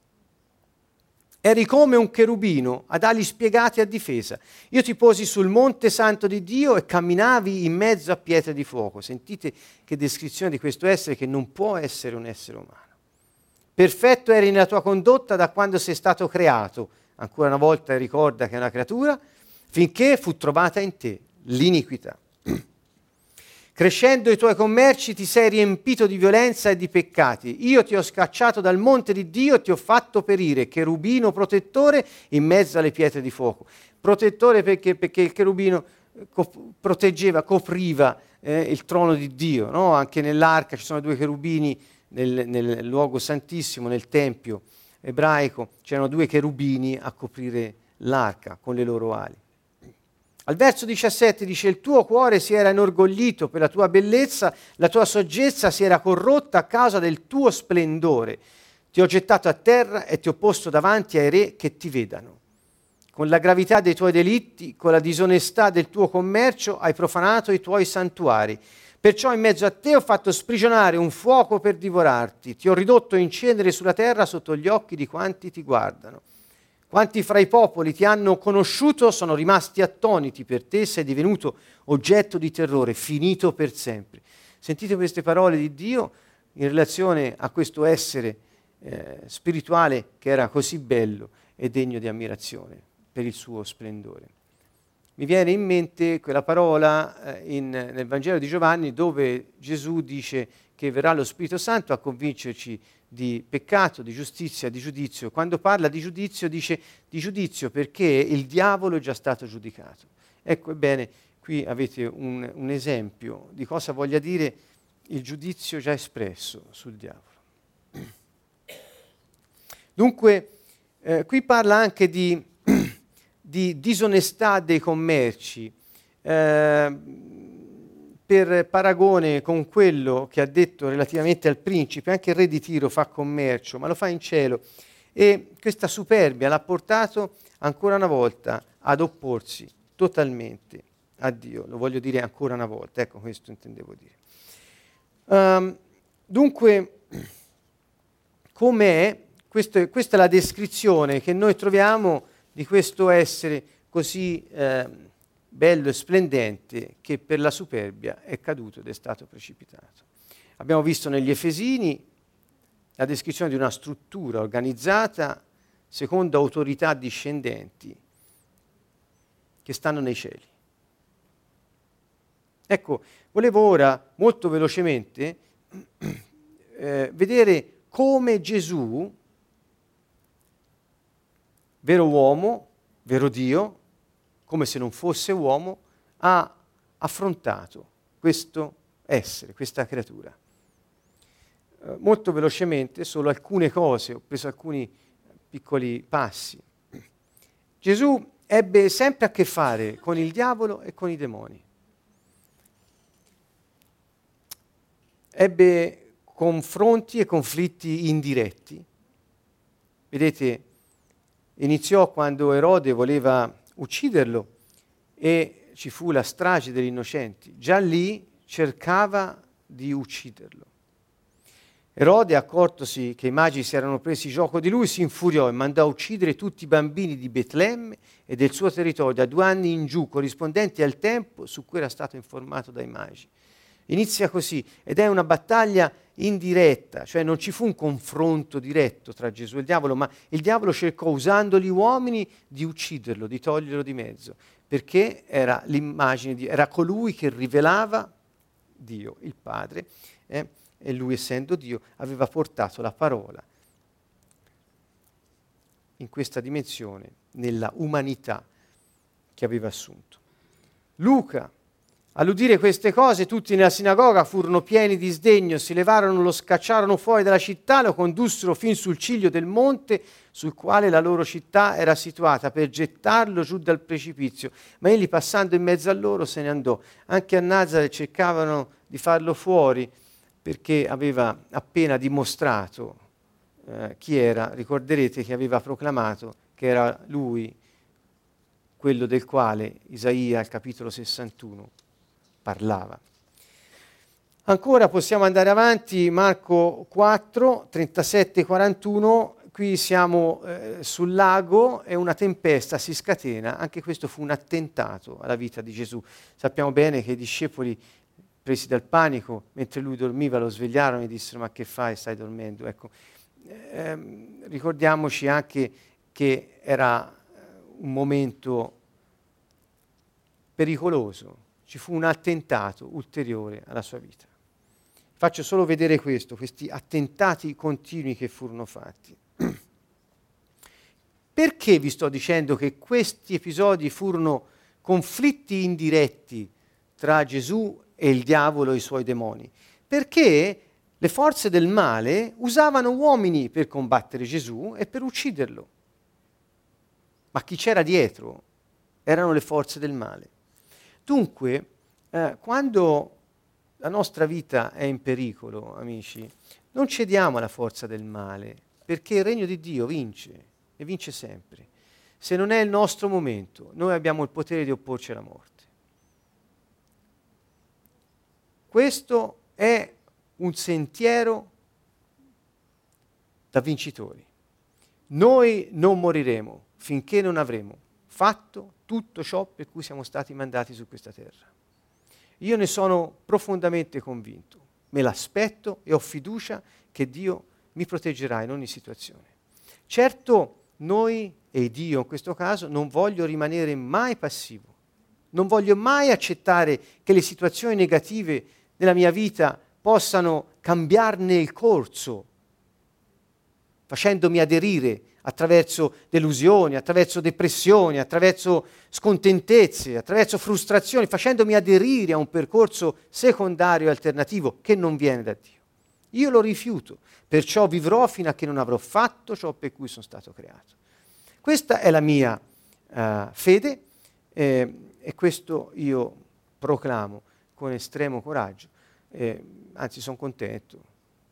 Eri come un cherubino ad ali spiegate a difesa. Io ti posi sul monte santo di Dio e camminavi in mezzo a pietre di fuoco. Sentite che descrizione di questo essere, che non può essere un essere umano. Perfetto eri nella tua condotta da quando sei stato creato. Ancora una volta ricorda che è una creatura, finché fu trovata in te l'iniquità. Crescendo i tuoi commerci ti sei riempito di violenza e di peccati. Io ti ho scacciato dal monte di Dio e ti ho fatto perire, cherubino protettore in mezzo alle pietre di fuoco. Protettore perché il cherubino proteggeva, copriva il trono di Dio, no? Anche nell'arca ci sono due cherubini nel luogo santissimo, nel tempio ebraico, c'erano due cherubini a coprire l'arca con le loro ali. Al verso 17 dice: il tuo cuore si era inorgoglito per la tua bellezza, la tua saggezza si era corrotta a causa del tuo splendore. Ti ho gettato a terra e ti ho posto davanti ai re che ti vedano. Con la gravità dei tuoi delitti, con la disonestà del tuo commercio, hai profanato i tuoi santuari. Perciò in mezzo a te ho fatto sprigionare un fuoco per divorarti. Ti ho ridotto in cenere sulla terra sotto gli occhi di quanti ti guardano. Quanti fra i popoli ti hanno conosciuto sono rimasti attoniti per te, sei divenuto oggetto di terrore, finito per sempre. Sentite queste parole di Dio in relazione a questo essere spirituale che era così bello e degno di ammirazione per il suo splendore. Mi viene in mente quella parola nel Vangelo di Giovanni dove Gesù dice che verrà lo Spirito Santo a convincerci di peccato, di giustizia, di giudizio. Quando parla di giudizio dice di giudizio perché il diavolo è già stato giudicato. Ecco, ebbene, qui avete un esempio di cosa voglia dire il giudizio già espresso sul diavolo. Dunque, qui parla anche di disonestà dei commerci, per paragone con quello che ha detto relativamente al principe, anche il re di Tiro fa commercio, ma lo fa in cielo. E questa superbia l'ha portato ancora una volta ad opporsi totalmente a Dio. Lo voglio dire ancora una volta, ecco questo intendevo dire. Dunque, com'è? Questa è la descrizione che noi troviamo di questo essere così bello e splendente che per la superbia è caduto ed è stato precipitato. Abbiamo visto negli Efesini la descrizione di una struttura organizzata secondo autorità discendenti che stanno nei cieli. Ecco, volevo ora molto velocemente vedere come Gesù, vero uomo, vero Dio, come se non fosse uomo, ha affrontato questo essere, questa creatura. Molto velocemente, solo alcune cose, ho preso alcuni piccoli passi. Gesù ebbe sempre a che fare con il diavolo e con i demoni. Ebbe confronti e conflitti indiretti. Vedete, iniziò quando Erode voleva ucciderlo e ci fu la strage degli innocenti. Già lì cercava di ucciderlo. Erode, accortosi che i magi si erano presi gioco di lui, si infuriò e mandò a uccidere tutti i bambini di Betlemme e del suo territorio da 2 anni in giù, corrispondenti al tempo su cui era stato informato dai magi. Inizia così ed è una battaglia indiretta, cioè non ci fu un confronto diretto tra Gesù e il diavolo, ma il diavolo cercò, usando gli uomini, di ucciderlo, di toglierlo di mezzo, perché era l'immagine di, era colui che rivelava Dio, il Padre, e lui, essendo Dio, aveva portato la parola in questa dimensione, nella umanità che aveva assunto. Luca, all'udire queste cose, tutti nella sinagoga furono pieni di sdegno, si levarono, lo scacciarono fuori dalla città, lo condussero fin sul ciglio del monte sul quale la loro città era situata, per gettarlo giù dal precipizio. Ma egli, passando in mezzo a loro, se ne andò. Anche a Nazaret cercavano di farlo fuori, perché aveva appena dimostrato chi era. Ricorderete che aveva proclamato che era lui, quello del quale Isaia, al capitolo 61, parlava. Ancora possiamo andare avanti, Marco 4, 37-41, qui siamo sul lago e una tempesta si scatena, anche questo fu un attentato alla vita di Gesù. Sappiamo bene che i discepoli, presi dal panico, mentre lui dormiva, lo svegliarono e dissero: ma che fai, stai dormendo? Ecco, ricordiamoci anche che era un momento pericoloso. ci fu un attentato ulteriore alla sua vita. Faccio solo vedere questo, questi attentati continui che furono fatti. Perché vi sto dicendo che questi episodi furono conflitti indiretti tra Gesù e il diavolo e i suoi demoni? Perché le forze del male usavano uomini per combattere Gesù e per ucciderlo. Ma chi c'era dietro erano le forze del male. Dunque, quando la nostra vita è in pericolo, amici, non cediamo alla forza del male, perché il regno di Dio vince, e vince sempre. Se non è il nostro momento, noi abbiamo il potere di opporci alla morte. Questo è un sentiero da vincitori. Noi non moriremo finché non avremo fatto tutto ciò per cui siamo stati mandati su questa terra. Io ne sono profondamente convinto, me l'aspetto e ho fiducia che Dio mi proteggerà in ogni situazione. Certo, noi e Dio in questo caso non voglio rimanere mai passivo, non voglio mai accettare che le situazioni negative della mia vita possano cambiarne il corso, facendomi aderire attraverso delusioni, attraverso depressioni, attraverso scontentezze, attraverso frustrazioni, facendomi aderire a un percorso secondario e alternativo che non viene da Dio. Io lo rifiuto, perciò vivrò fino a che non avrò fatto ciò per cui sono stato creato. Questa è la mia fede e questo io proclamo con estremo coraggio, anzi sono contento.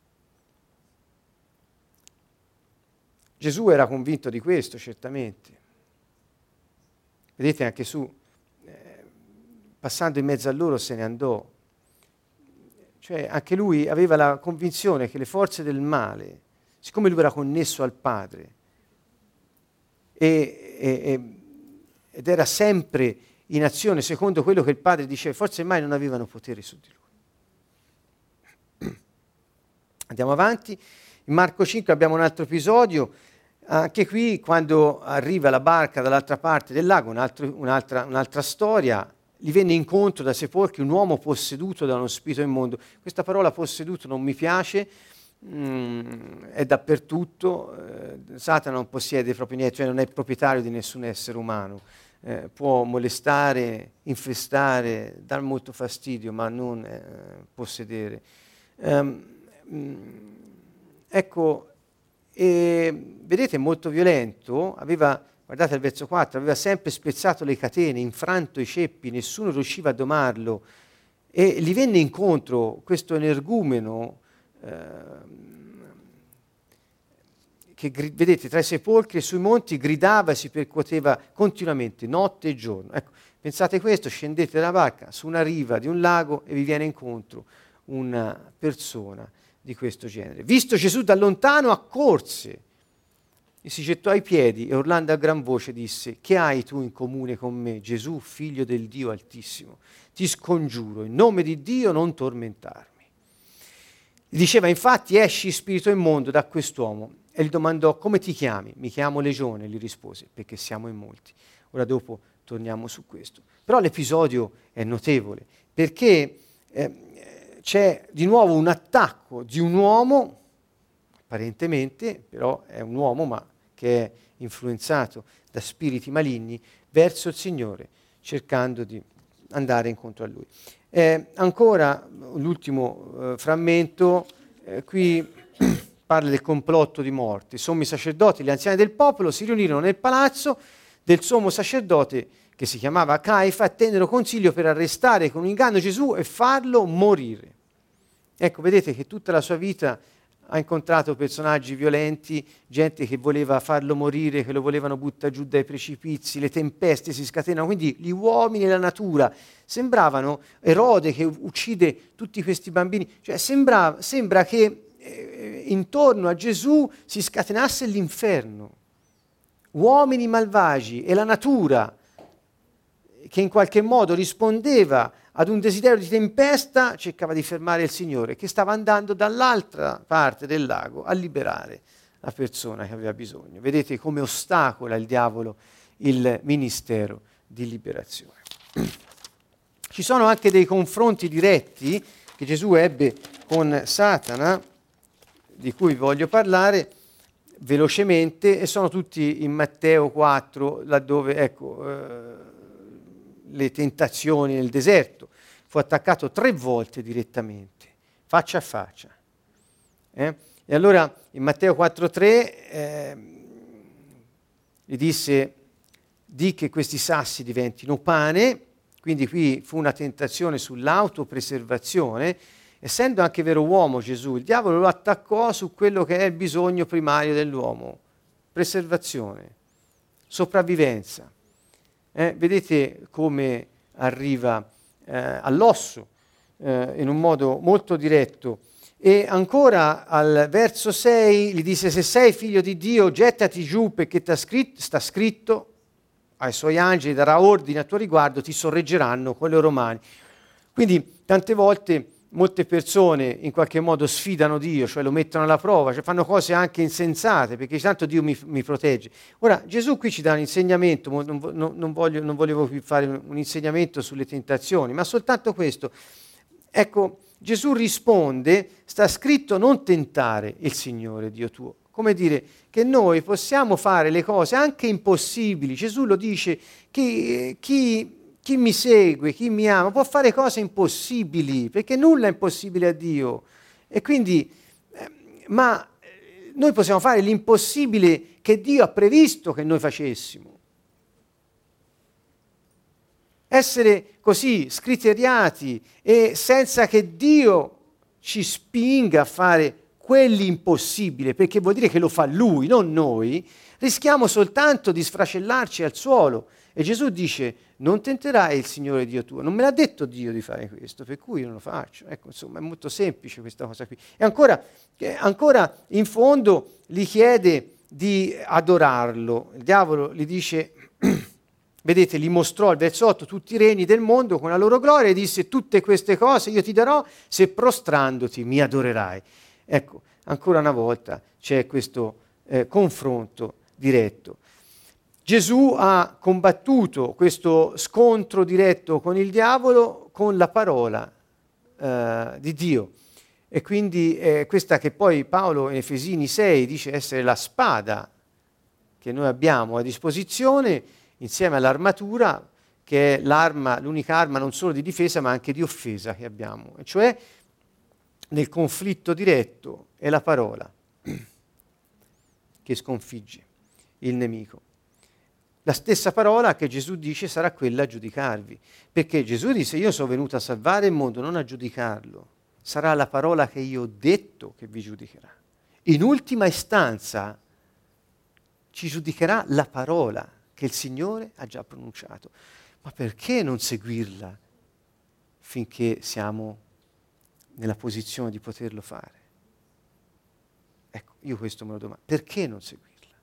Gesù era convinto di questo, certamente. Vedete, anche su, passando in mezzo a loro se ne andò. Cioè, anche lui aveva la convinzione che le forze del male, siccome lui era connesso al Padre, ed era sempre in azione secondo quello che il Padre diceva, forse mai non avevano potere su di lui. Andiamo avanti. In Marco 5 abbiamo un altro episodio. Anche qui, quando arriva la barca dall'altra parte del lago, un'altra storia, gli venne incontro da sepolcri un uomo posseduto da uno spirito immondo. Questa parola posseduto non mi piace, è dappertutto, Satana non possiede proprio niente, cioè non è proprietario di nessun essere umano, può molestare, infestare, dar molto fastidio, ma non possedere. Ecco, vedete, molto violento, guardate al verso 4, aveva sempre spezzato le catene, infranto i ceppi, nessuno riusciva a domarlo, e gli venne incontro questo energumeno che, vedete, tra i sepolcri e sui monti gridava e si percuoteva continuamente, notte e giorno. Ecco, pensate questo, scendete dalla barca su una riva di un lago e vi viene incontro una persona di questo genere. Visto Gesù da lontano, accorse e si gettò ai piedi e urlando a gran voce disse: che hai tu in comune con me, Gesù, figlio del Dio Altissimo? Ti scongiuro, in nome di Dio, non tormentarmi. Gli diceva infatti: esci spirito immondo da quest'uomo. E gli domandò: come ti chiami? Mi chiamo Legione, gli rispose, perché siamo in molti. Ora dopo torniamo su questo. Però l'episodio è notevole, perché c'è di nuovo un attacco di un uomo, apparentemente, però è un uomo ma che è influenzato da spiriti maligni, verso il Signore, cercando di andare incontro a Lui. Ancora l'ultimo frammento, qui parla del complotto di morte. I sommi sacerdoti, gli anziani del popolo si riunirono nel palazzo del sommo sacerdote che si chiamava Caifa e tennero consiglio per arrestare con un inganno Gesù e farlo morire. Ecco, vedete che tutta la sua vita ha incontrato personaggi violenti, gente che voleva farlo morire, che lo volevano buttare giù dai precipizi, le tempeste si scatenano, quindi gli uomini e la natura sembravano Erode che uccide tutti questi bambini, cioè sembra che intorno a Gesù si scatenasse l'inferno, uomini malvagi e la natura che in qualche modo rispondeva ad un desiderio di tempesta, cercava di fermare il Signore, che stava andando dall'altra parte del lago a liberare la persona che aveva bisogno. Vedete come ostacola il diavolo il ministero di liberazione. Ci sono anche dei confronti diretti che Gesù ebbe con Satana, di cui voglio parlare velocemente, e sono tutti in Matteo 4, laddove, le tentazioni nel deserto. Fu attaccato 3 volte direttamente, faccia a faccia. E allora in Matteo 4,3 gli disse: di che questi sassi diventino pane. Quindi qui fu una tentazione sull'autopreservazione. Essendo anche vero uomo Gesù, il diavolo lo attaccò su quello che è il bisogno primario dell'uomo: preservazione, sopravvivenza. Vedete come arriva all'osso in un modo molto diretto. E ancora al verso 6 gli disse: se sei figlio di Dio, gettati giù, perché sta scritto, ai suoi angeli darà ordine a tuo riguardo, ti sorreggeranno con le loro mani. Quindi tante volte molte persone in qualche modo sfidano Dio, cioè lo mettono alla prova, cioè fanno cose anche insensate, perché tanto Dio mi protegge. Ora Gesù qui ci dà un insegnamento, non volevo qui fare un insegnamento sulle tentazioni, ma soltanto questo. Ecco, Gesù risponde: sta scritto, non tentare il Signore Dio tuo. Come dire che noi possiamo fare le cose anche impossibili. Gesù lo dice: chi mi segue, chi mi ama, può fare cose impossibili, perché nulla è impossibile a Dio. E quindi, noi possiamo fare l'impossibile che Dio ha previsto che noi facessimo. Essere così scriteriati e senza che Dio ci spinga a fare quell'impossibile, perché vuol dire che lo fa Lui, non noi, rischiamo soltanto di sfracellarci al suolo. E Gesù dice: non tenterai il Signore Dio tuo. Non me l'ha detto Dio di fare questo, per cui io non lo faccio. Ecco, insomma, è molto semplice questa cosa qui. E ancora in fondo gli chiede di adorarlo. Il diavolo gli dice... Vedete, gli mostrò al verso 8 tutti i regni del mondo con la loro gloria e disse: tutte queste cose io ti darò se prostrandoti mi adorerai. Ecco, ancora una volta c'è questo confronto diretto. Gesù ha combattuto questo scontro diretto con il diavolo con la parola di Dio. E quindi questa che poi Paolo in Efesini 6 dice essere la spada che noi abbiamo a disposizione, insieme all'armatura, che è l'unica arma non solo di difesa ma anche di offesa che abbiamo, e cioè nel conflitto diretto è la parola che sconfigge il nemico. La stessa parola che Gesù dice sarà quella a giudicarvi, perché Gesù disse: io sono venuto a salvare il mondo, non a giudicarlo. Sarà la parola che io ho detto che vi giudicherà. In ultima istanza ci giudicherà la parola che il Signore ha già pronunciato. Ma perché non seguirla finché siamo nella posizione di poterlo fare? Ecco, io questo me lo domando. Perché non seguirla?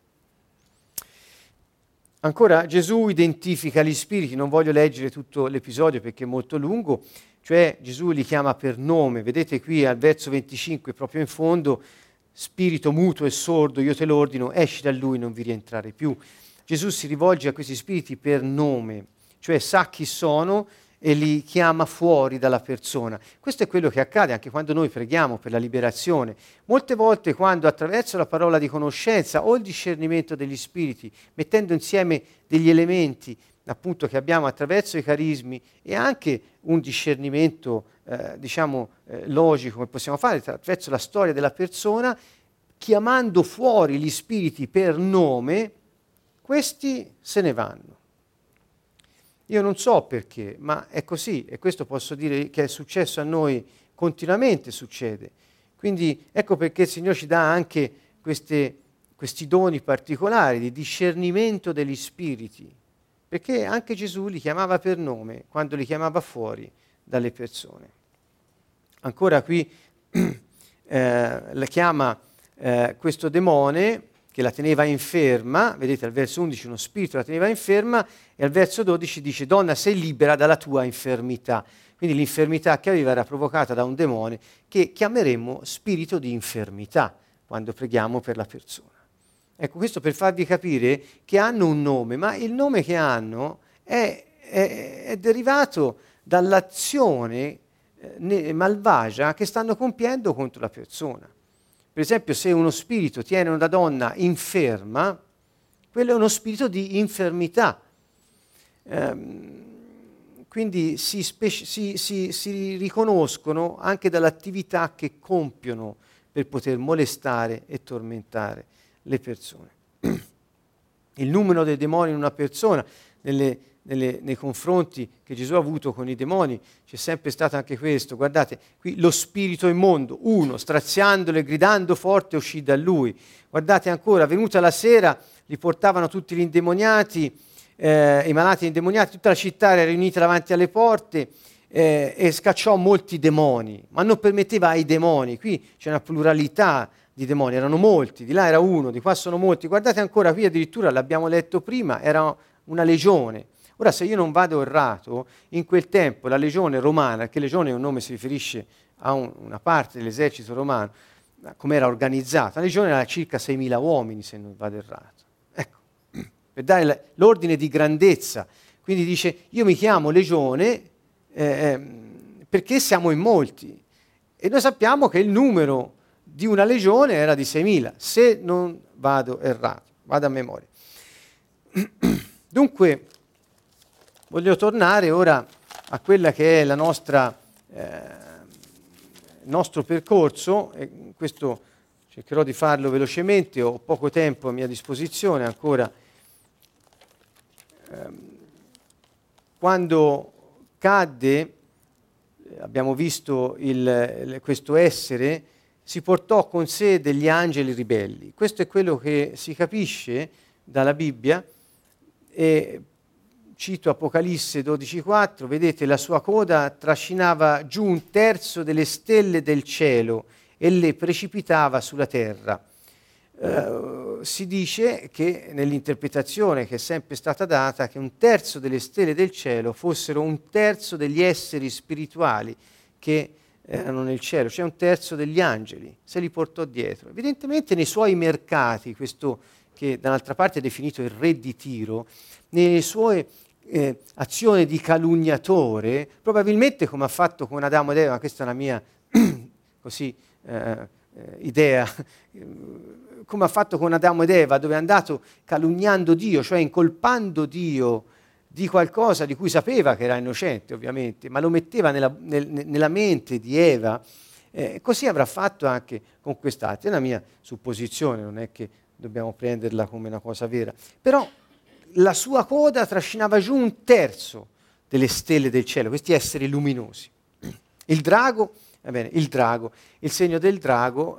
Ancora Gesù identifica gli spiriti, non voglio leggere tutto l'episodio perché è molto lungo, cioè Gesù li chiama per nome. Vedete qui al verso 25, proprio in fondo: spirito muto e sordo, io te lo ordino, esci da lui, non vi rientrare più. Gesù si rivolge a questi spiriti per nome, cioè sa chi sono e li chiama fuori dalla persona. Questo è quello che accade anche quando noi preghiamo per la liberazione. Molte volte, quando attraverso la parola di conoscenza o il discernimento degli spiriti, mettendo insieme degli elementi appunto che abbiamo attraverso i carismi e anche un discernimento logico, come possiamo fare attraverso la storia della persona, chiamando fuori gli spiriti per nome, questi se ne vanno. Io non so perché, ma è così, e questo posso dire che è successo a noi, continuamente succede. Quindi ecco perché il Signore ci dà anche questi doni particolari di discernimento degli spiriti, perché anche Gesù li chiamava per nome quando li chiamava fuori dalle persone. Ancora qui la chiama questo demone che la teneva inferma, vedete al verso 11 uno spirito la teneva inferma, e al verso 12 dice: donna, sei libera dalla tua infermità. Quindi l'infermità che aveva era provocata da un demone che chiameremmo spirito di infermità quando preghiamo per la persona. Ecco, questo per farvi capire che hanno un nome, ma il nome che hanno è derivato dall'azione malvagia che stanno compiendo contro la persona. Per esempio, se uno spirito tiene una donna inferma, quello è uno spirito di infermità. Quindi si riconoscono anche dall'attività che compiono per poter molestare e tormentare le persone. Il numero dei demoni in una persona, nei confronti che Gesù ha avuto con i demoni, c'è sempre stato anche questo. Guardate, qui lo spirito immondo, uno, straziandolo e gridando forte, uscì da lui. Guardate ancora, venuta la sera, li portavano tutti gli indemoniati, i malati indemoniati, tutta la città era riunita davanti alle porte e scacciò molti demoni, ma non permetteva ai demoni. Qui c'è una pluralità di demoni, erano molti, di là era uno, di qua sono molti. Guardate ancora, qui addirittura l'abbiamo letto prima, era una legione. Ora, se io non vado errato, in quel tempo la legione romana, che legione è un nome, si riferisce a una parte dell'esercito romano, come era organizzata, la legione era circa 6.000 uomini, se non vado errato. Ecco, per dare l'ordine di grandezza. Quindi dice, io mi chiamo legione perché siamo in molti. E noi sappiamo che il numero di una legione era di 6.000, se non vado errato, vado a memoria. Dunque, voglio tornare ora a quella che è la nostra, il nostro percorso, e questo cercherò di farlo velocemente, ho poco tempo a mia disposizione ancora. Quando cadde, abbiamo visto questo essere, si portò con sé degli angeli ribelli. Questo è quello che si capisce dalla Bibbia, e cito Apocalisse 12,4, vedete, la sua coda trascinava giù un terzo delle stelle del cielo e le precipitava sulla terra. Si dice che nell'interpretazione che è sempre stata data, che un terzo delle stelle del cielo fossero un terzo degli esseri spirituali che erano nel cielo, cioè un terzo degli angeli, se li portò dietro. Evidentemente nei suoi mercati, questo che dall'altra parte è definito il re di Tiro, nelle sue azioni di calunniatore, probabilmente come ha fatto con Adamo ed Eva, questa è una mia così idea, come ha fatto con Adamo ed Eva, dove è andato calunniando Dio, cioè incolpando Dio di qualcosa di cui sapeva che era innocente, ovviamente, ma lo metteva nella mente di Eva, così avrà fatto anche con quest'altro. È una mia supposizione, non è che dobbiamo prenderla come una cosa vera, però la sua coda trascinava giù un terzo delle stelle del cielo, questi esseri luminosi. Il drago, il segno del drago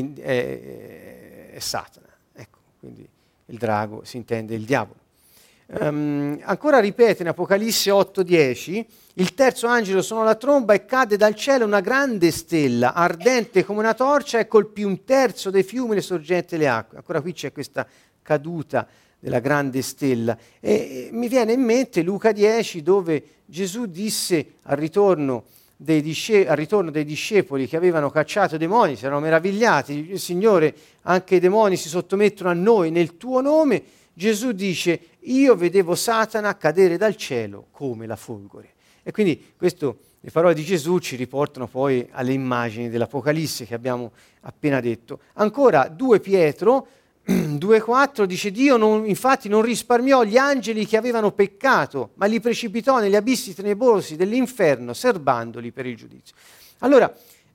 è Satana, ecco, quindi il drago si intende il diavolo. Ancora ripete in Apocalisse 8,10, il terzo angelo suonò la tromba e cadde dal cielo una grande stella, ardente come una torcia, e colpì un terzo dei fiumi, le sorgenti e le acque. Ancora qui c'è questa caduta della grande stella. E mi viene in mente Luca 10, dove Gesù disse al ritorno dei discepoli che avevano cacciato demoni, si erano meravigliati, Signore, anche i demoni si sottomettono a noi nel tuo nome. Gesù dice, io vedevo Satana cadere dal cielo come la folgore. E quindi le parole di Gesù ci riportano poi alle immagini dell'Apocalisse che abbiamo appena detto. Ancora 2 Pietro 2,4 dice, Dio infatti non risparmiò gli angeli che avevano peccato, ma li precipitò negli abissi tenebrosi dell'inferno, serbandoli per il giudizio. Allora,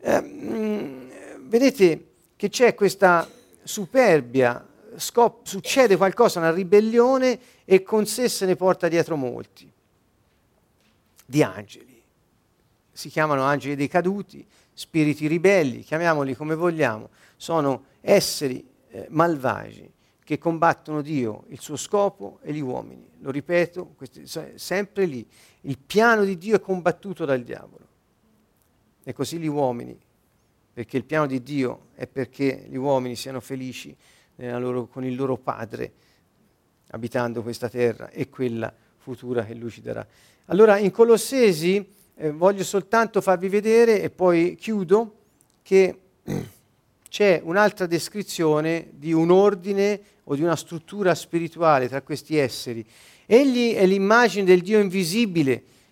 vedete che c'è questa superbia, succede qualcosa, una ribellione, e con sé se ne porta dietro molti di angeli. Si chiamano angeli dei caduti, spiriti ribelli, chiamiamoli come vogliamo, sono esseri malvagi che combattono Dio, il suo scopo e gli uomini. Lo ripeto, sempre lì. Il piano di Dio è combattuto dal diavolo. E così gli uomini, perché il piano di Dio è perché gli uomini siano felici con il loro Padre, abitando questa terra e quella futura che Lui ci darà. Allora, in Colossesi voglio soltanto farvi vedere, e poi chiudo, che c'è un'altra descrizione di un ordine o di una struttura spirituale tra questi esseri. Egli è l'immagine del Dio invisibile,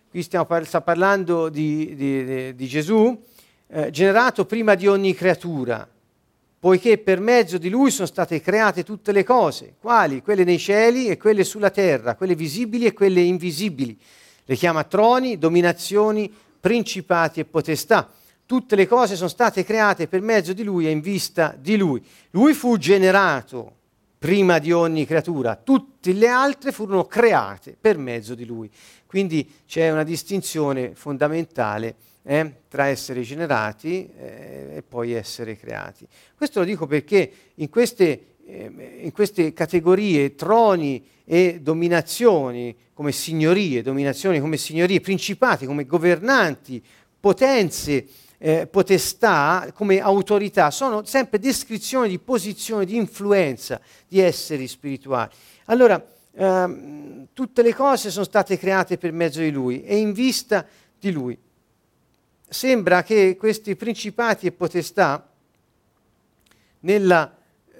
qui sta parlando di Gesù, generato prima di ogni creatura, poiché per mezzo di lui sono state create tutte le cose, quali? Quelle nei cieli e quelle sulla terra, quelle visibili e quelle invisibili. Le chiama troni, dominazioni, principati e potestà. Tutte le cose sono state create per mezzo di lui e in vista di lui. Lui fu generato prima di ogni creatura, tutte le altre furono create per mezzo di lui. Quindi c'è una distinzione fondamentale tra essere generati e poi essere creati. Questo lo dico perché in queste categorie, troni e dominazioni come signorie, principati come governanti, potenze, potestà, come autorità, sono sempre descrizioni di posizione, di influenza di esseri spirituali. Allora, tutte le cose sono state create per mezzo di lui e in vista di lui. Sembra che questi principati e potestà nella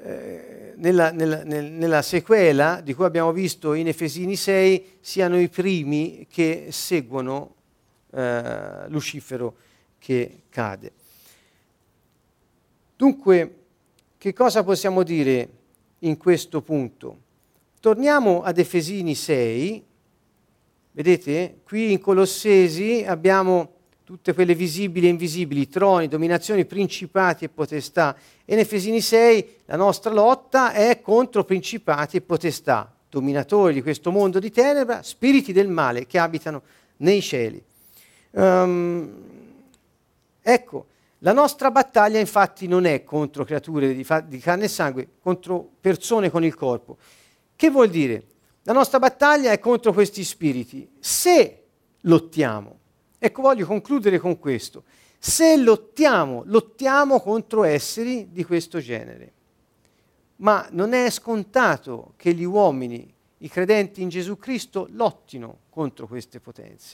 sequela di cui abbiamo visto in Efesini 6 siano i primi che seguono Lucifero che cade. Dunque, che cosa possiamo dire in questo punto? Torniamo ad Efesini 6, vedete? Qui in Colossesi abbiamo tutte quelle visibili e invisibili, troni, dominazioni, principati e potestà. E in Efesini 6 la nostra lotta è contro principati e potestà, dominatori di questo mondo di tenebra, spiriti del male che abitano nei cieli. Ecco, la nostra battaglia infatti non è contro creature di carne e sangue, contro persone con il corpo. Che vuol dire? La nostra battaglia è contro questi spiriti. Se lottiamo, ecco, voglio concludere con questo. Se lottiamo contro esseri di questo genere. Ma non è scontato che gli uomini, i credenti in Gesù Cristo, lottino contro queste potenze.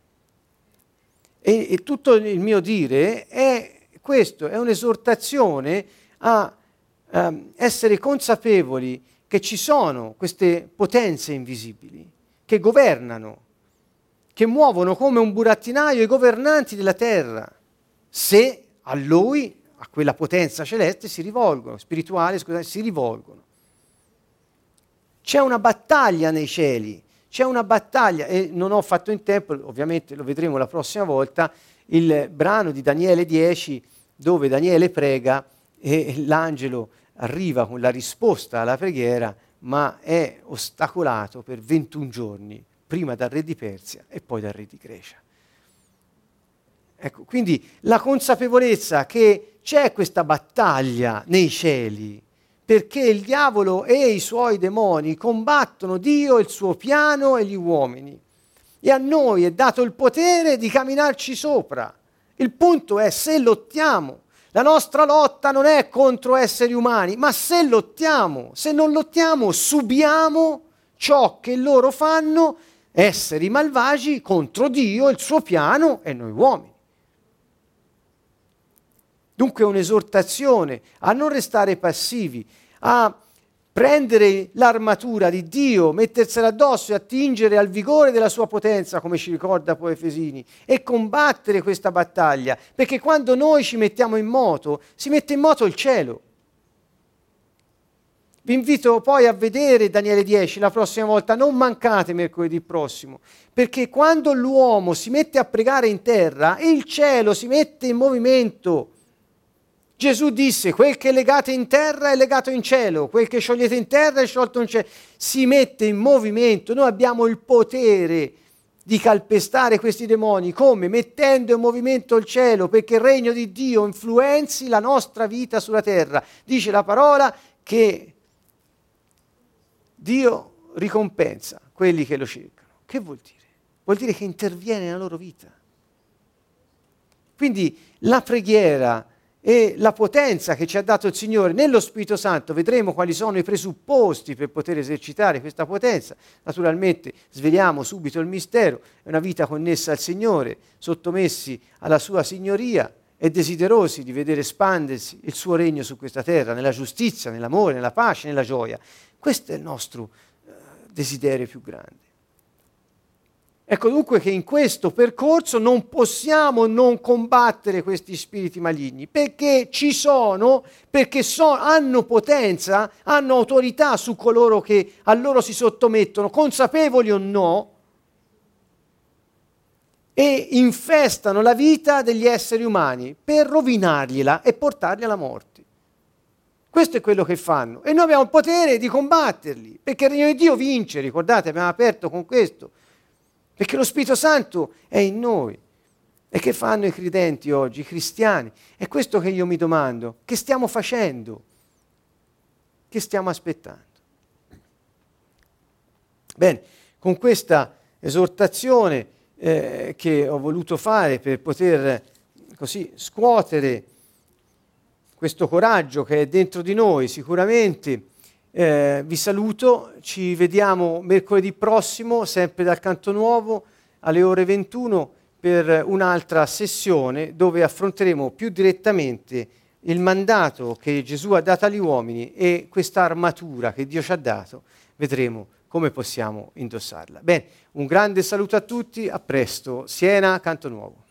E tutto il mio dire è questo, è un'esortazione a essere consapevoli che ci sono queste potenze invisibili, che governano, che muovono come un burattinaio i governanti della terra, se a lui, a quella potenza celeste, si rivolgono, spirituale, scusate, si rivolgono. C'è una battaglia nei cieli, c'è una battaglia, e non ho fatto in tempo, ovviamente lo vedremo la prossima volta, il brano di Daniele 10, dove Daniele prega e l'angelo arriva con la risposta alla preghiera, ma è ostacolato per 21 giorni, prima dal re di Persia e poi dal re di Grecia. Ecco, quindi la consapevolezza che c'è questa battaglia nei cieli, perché il diavolo e i suoi demoni combattono Dio, il suo piano e gli uomini. E a noi è dato il potere di camminarci sopra. Il punto è se lottiamo. La nostra lotta non è contro esseri umani, ma se lottiamo, se non lottiamo, subiamo ciò che loro fanno, esseri malvagi, contro Dio, il suo piano e noi uomini. Dunque un'esortazione a non restare passivi, a prendere l'armatura di Dio, mettersela addosso e attingere al vigore della sua potenza, come ci ricorda poi Efesini, e combattere questa battaglia, perché quando noi ci mettiamo in moto, si mette in moto il cielo. Vi invito poi a vedere Daniele 10 la prossima volta, non mancate mercoledì prossimo, perché quando l'uomo si mette a pregare in terra, il cielo si mette in movimento. Gesù disse, quel che legate in terra è legato in cielo, quel che sciogliete in terra è sciolto in cielo. Si mette in movimento, noi abbiamo il potere di calpestare questi demoni, come? Mettendo in movimento il cielo, perché il regno di Dio influenzi la nostra vita sulla terra. Dice la parola che Dio ricompensa quelli che lo cercano. Che vuol dire? Vuol dire che interviene nella loro vita. Quindi la preghiera e la potenza che ci ha dato il Signore nello Spirito Santo, vedremo quali sono i presupposti per poter esercitare questa potenza. Naturalmente sveliamo subito il mistero, è una vita connessa al Signore, sottomessi alla sua signoria e desiderosi di vedere espandersi il suo regno su questa terra, nella giustizia, nell'amore, nella pace, nella gioia. Questo è il nostro desiderio più grande. Ecco dunque che in questo percorso non possiamo non combattere questi spiriti maligni, perché ci sono, perché hanno potenza, hanno autorità su coloro che a loro si sottomettono, consapevoli o no, e infestano la vita degli esseri umani per rovinargliela e portarli alla morte. Questo è quello che fanno. E noi abbiamo il potere di combatterli, perché il regno di Dio vince, ricordate, abbiamo aperto con questo. Perché lo Spirito Santo è in noi. E che fanno i credenti oggi, i cristiani? È questo che io mi domando. Che stiamo facendo? Che stiamo aspettando? Bene, con questa esortazione che ho voluto fare per poter così scuotere questo coraggio che è dentro di noi, sicuramente vi saluto, ci vediamo mercoledì prossimo, sempre dal Canto Nuovo, alle ore 21, per un'altra sessione dove affronteremo più direttamente il mandato che Gesù ha dato agli uomini e questa armatura che Dio ci ha dato, vedremo come possiamo indossarla. Bene, un grande saluto a tutti, a presto, Siena, Canto Nuovo.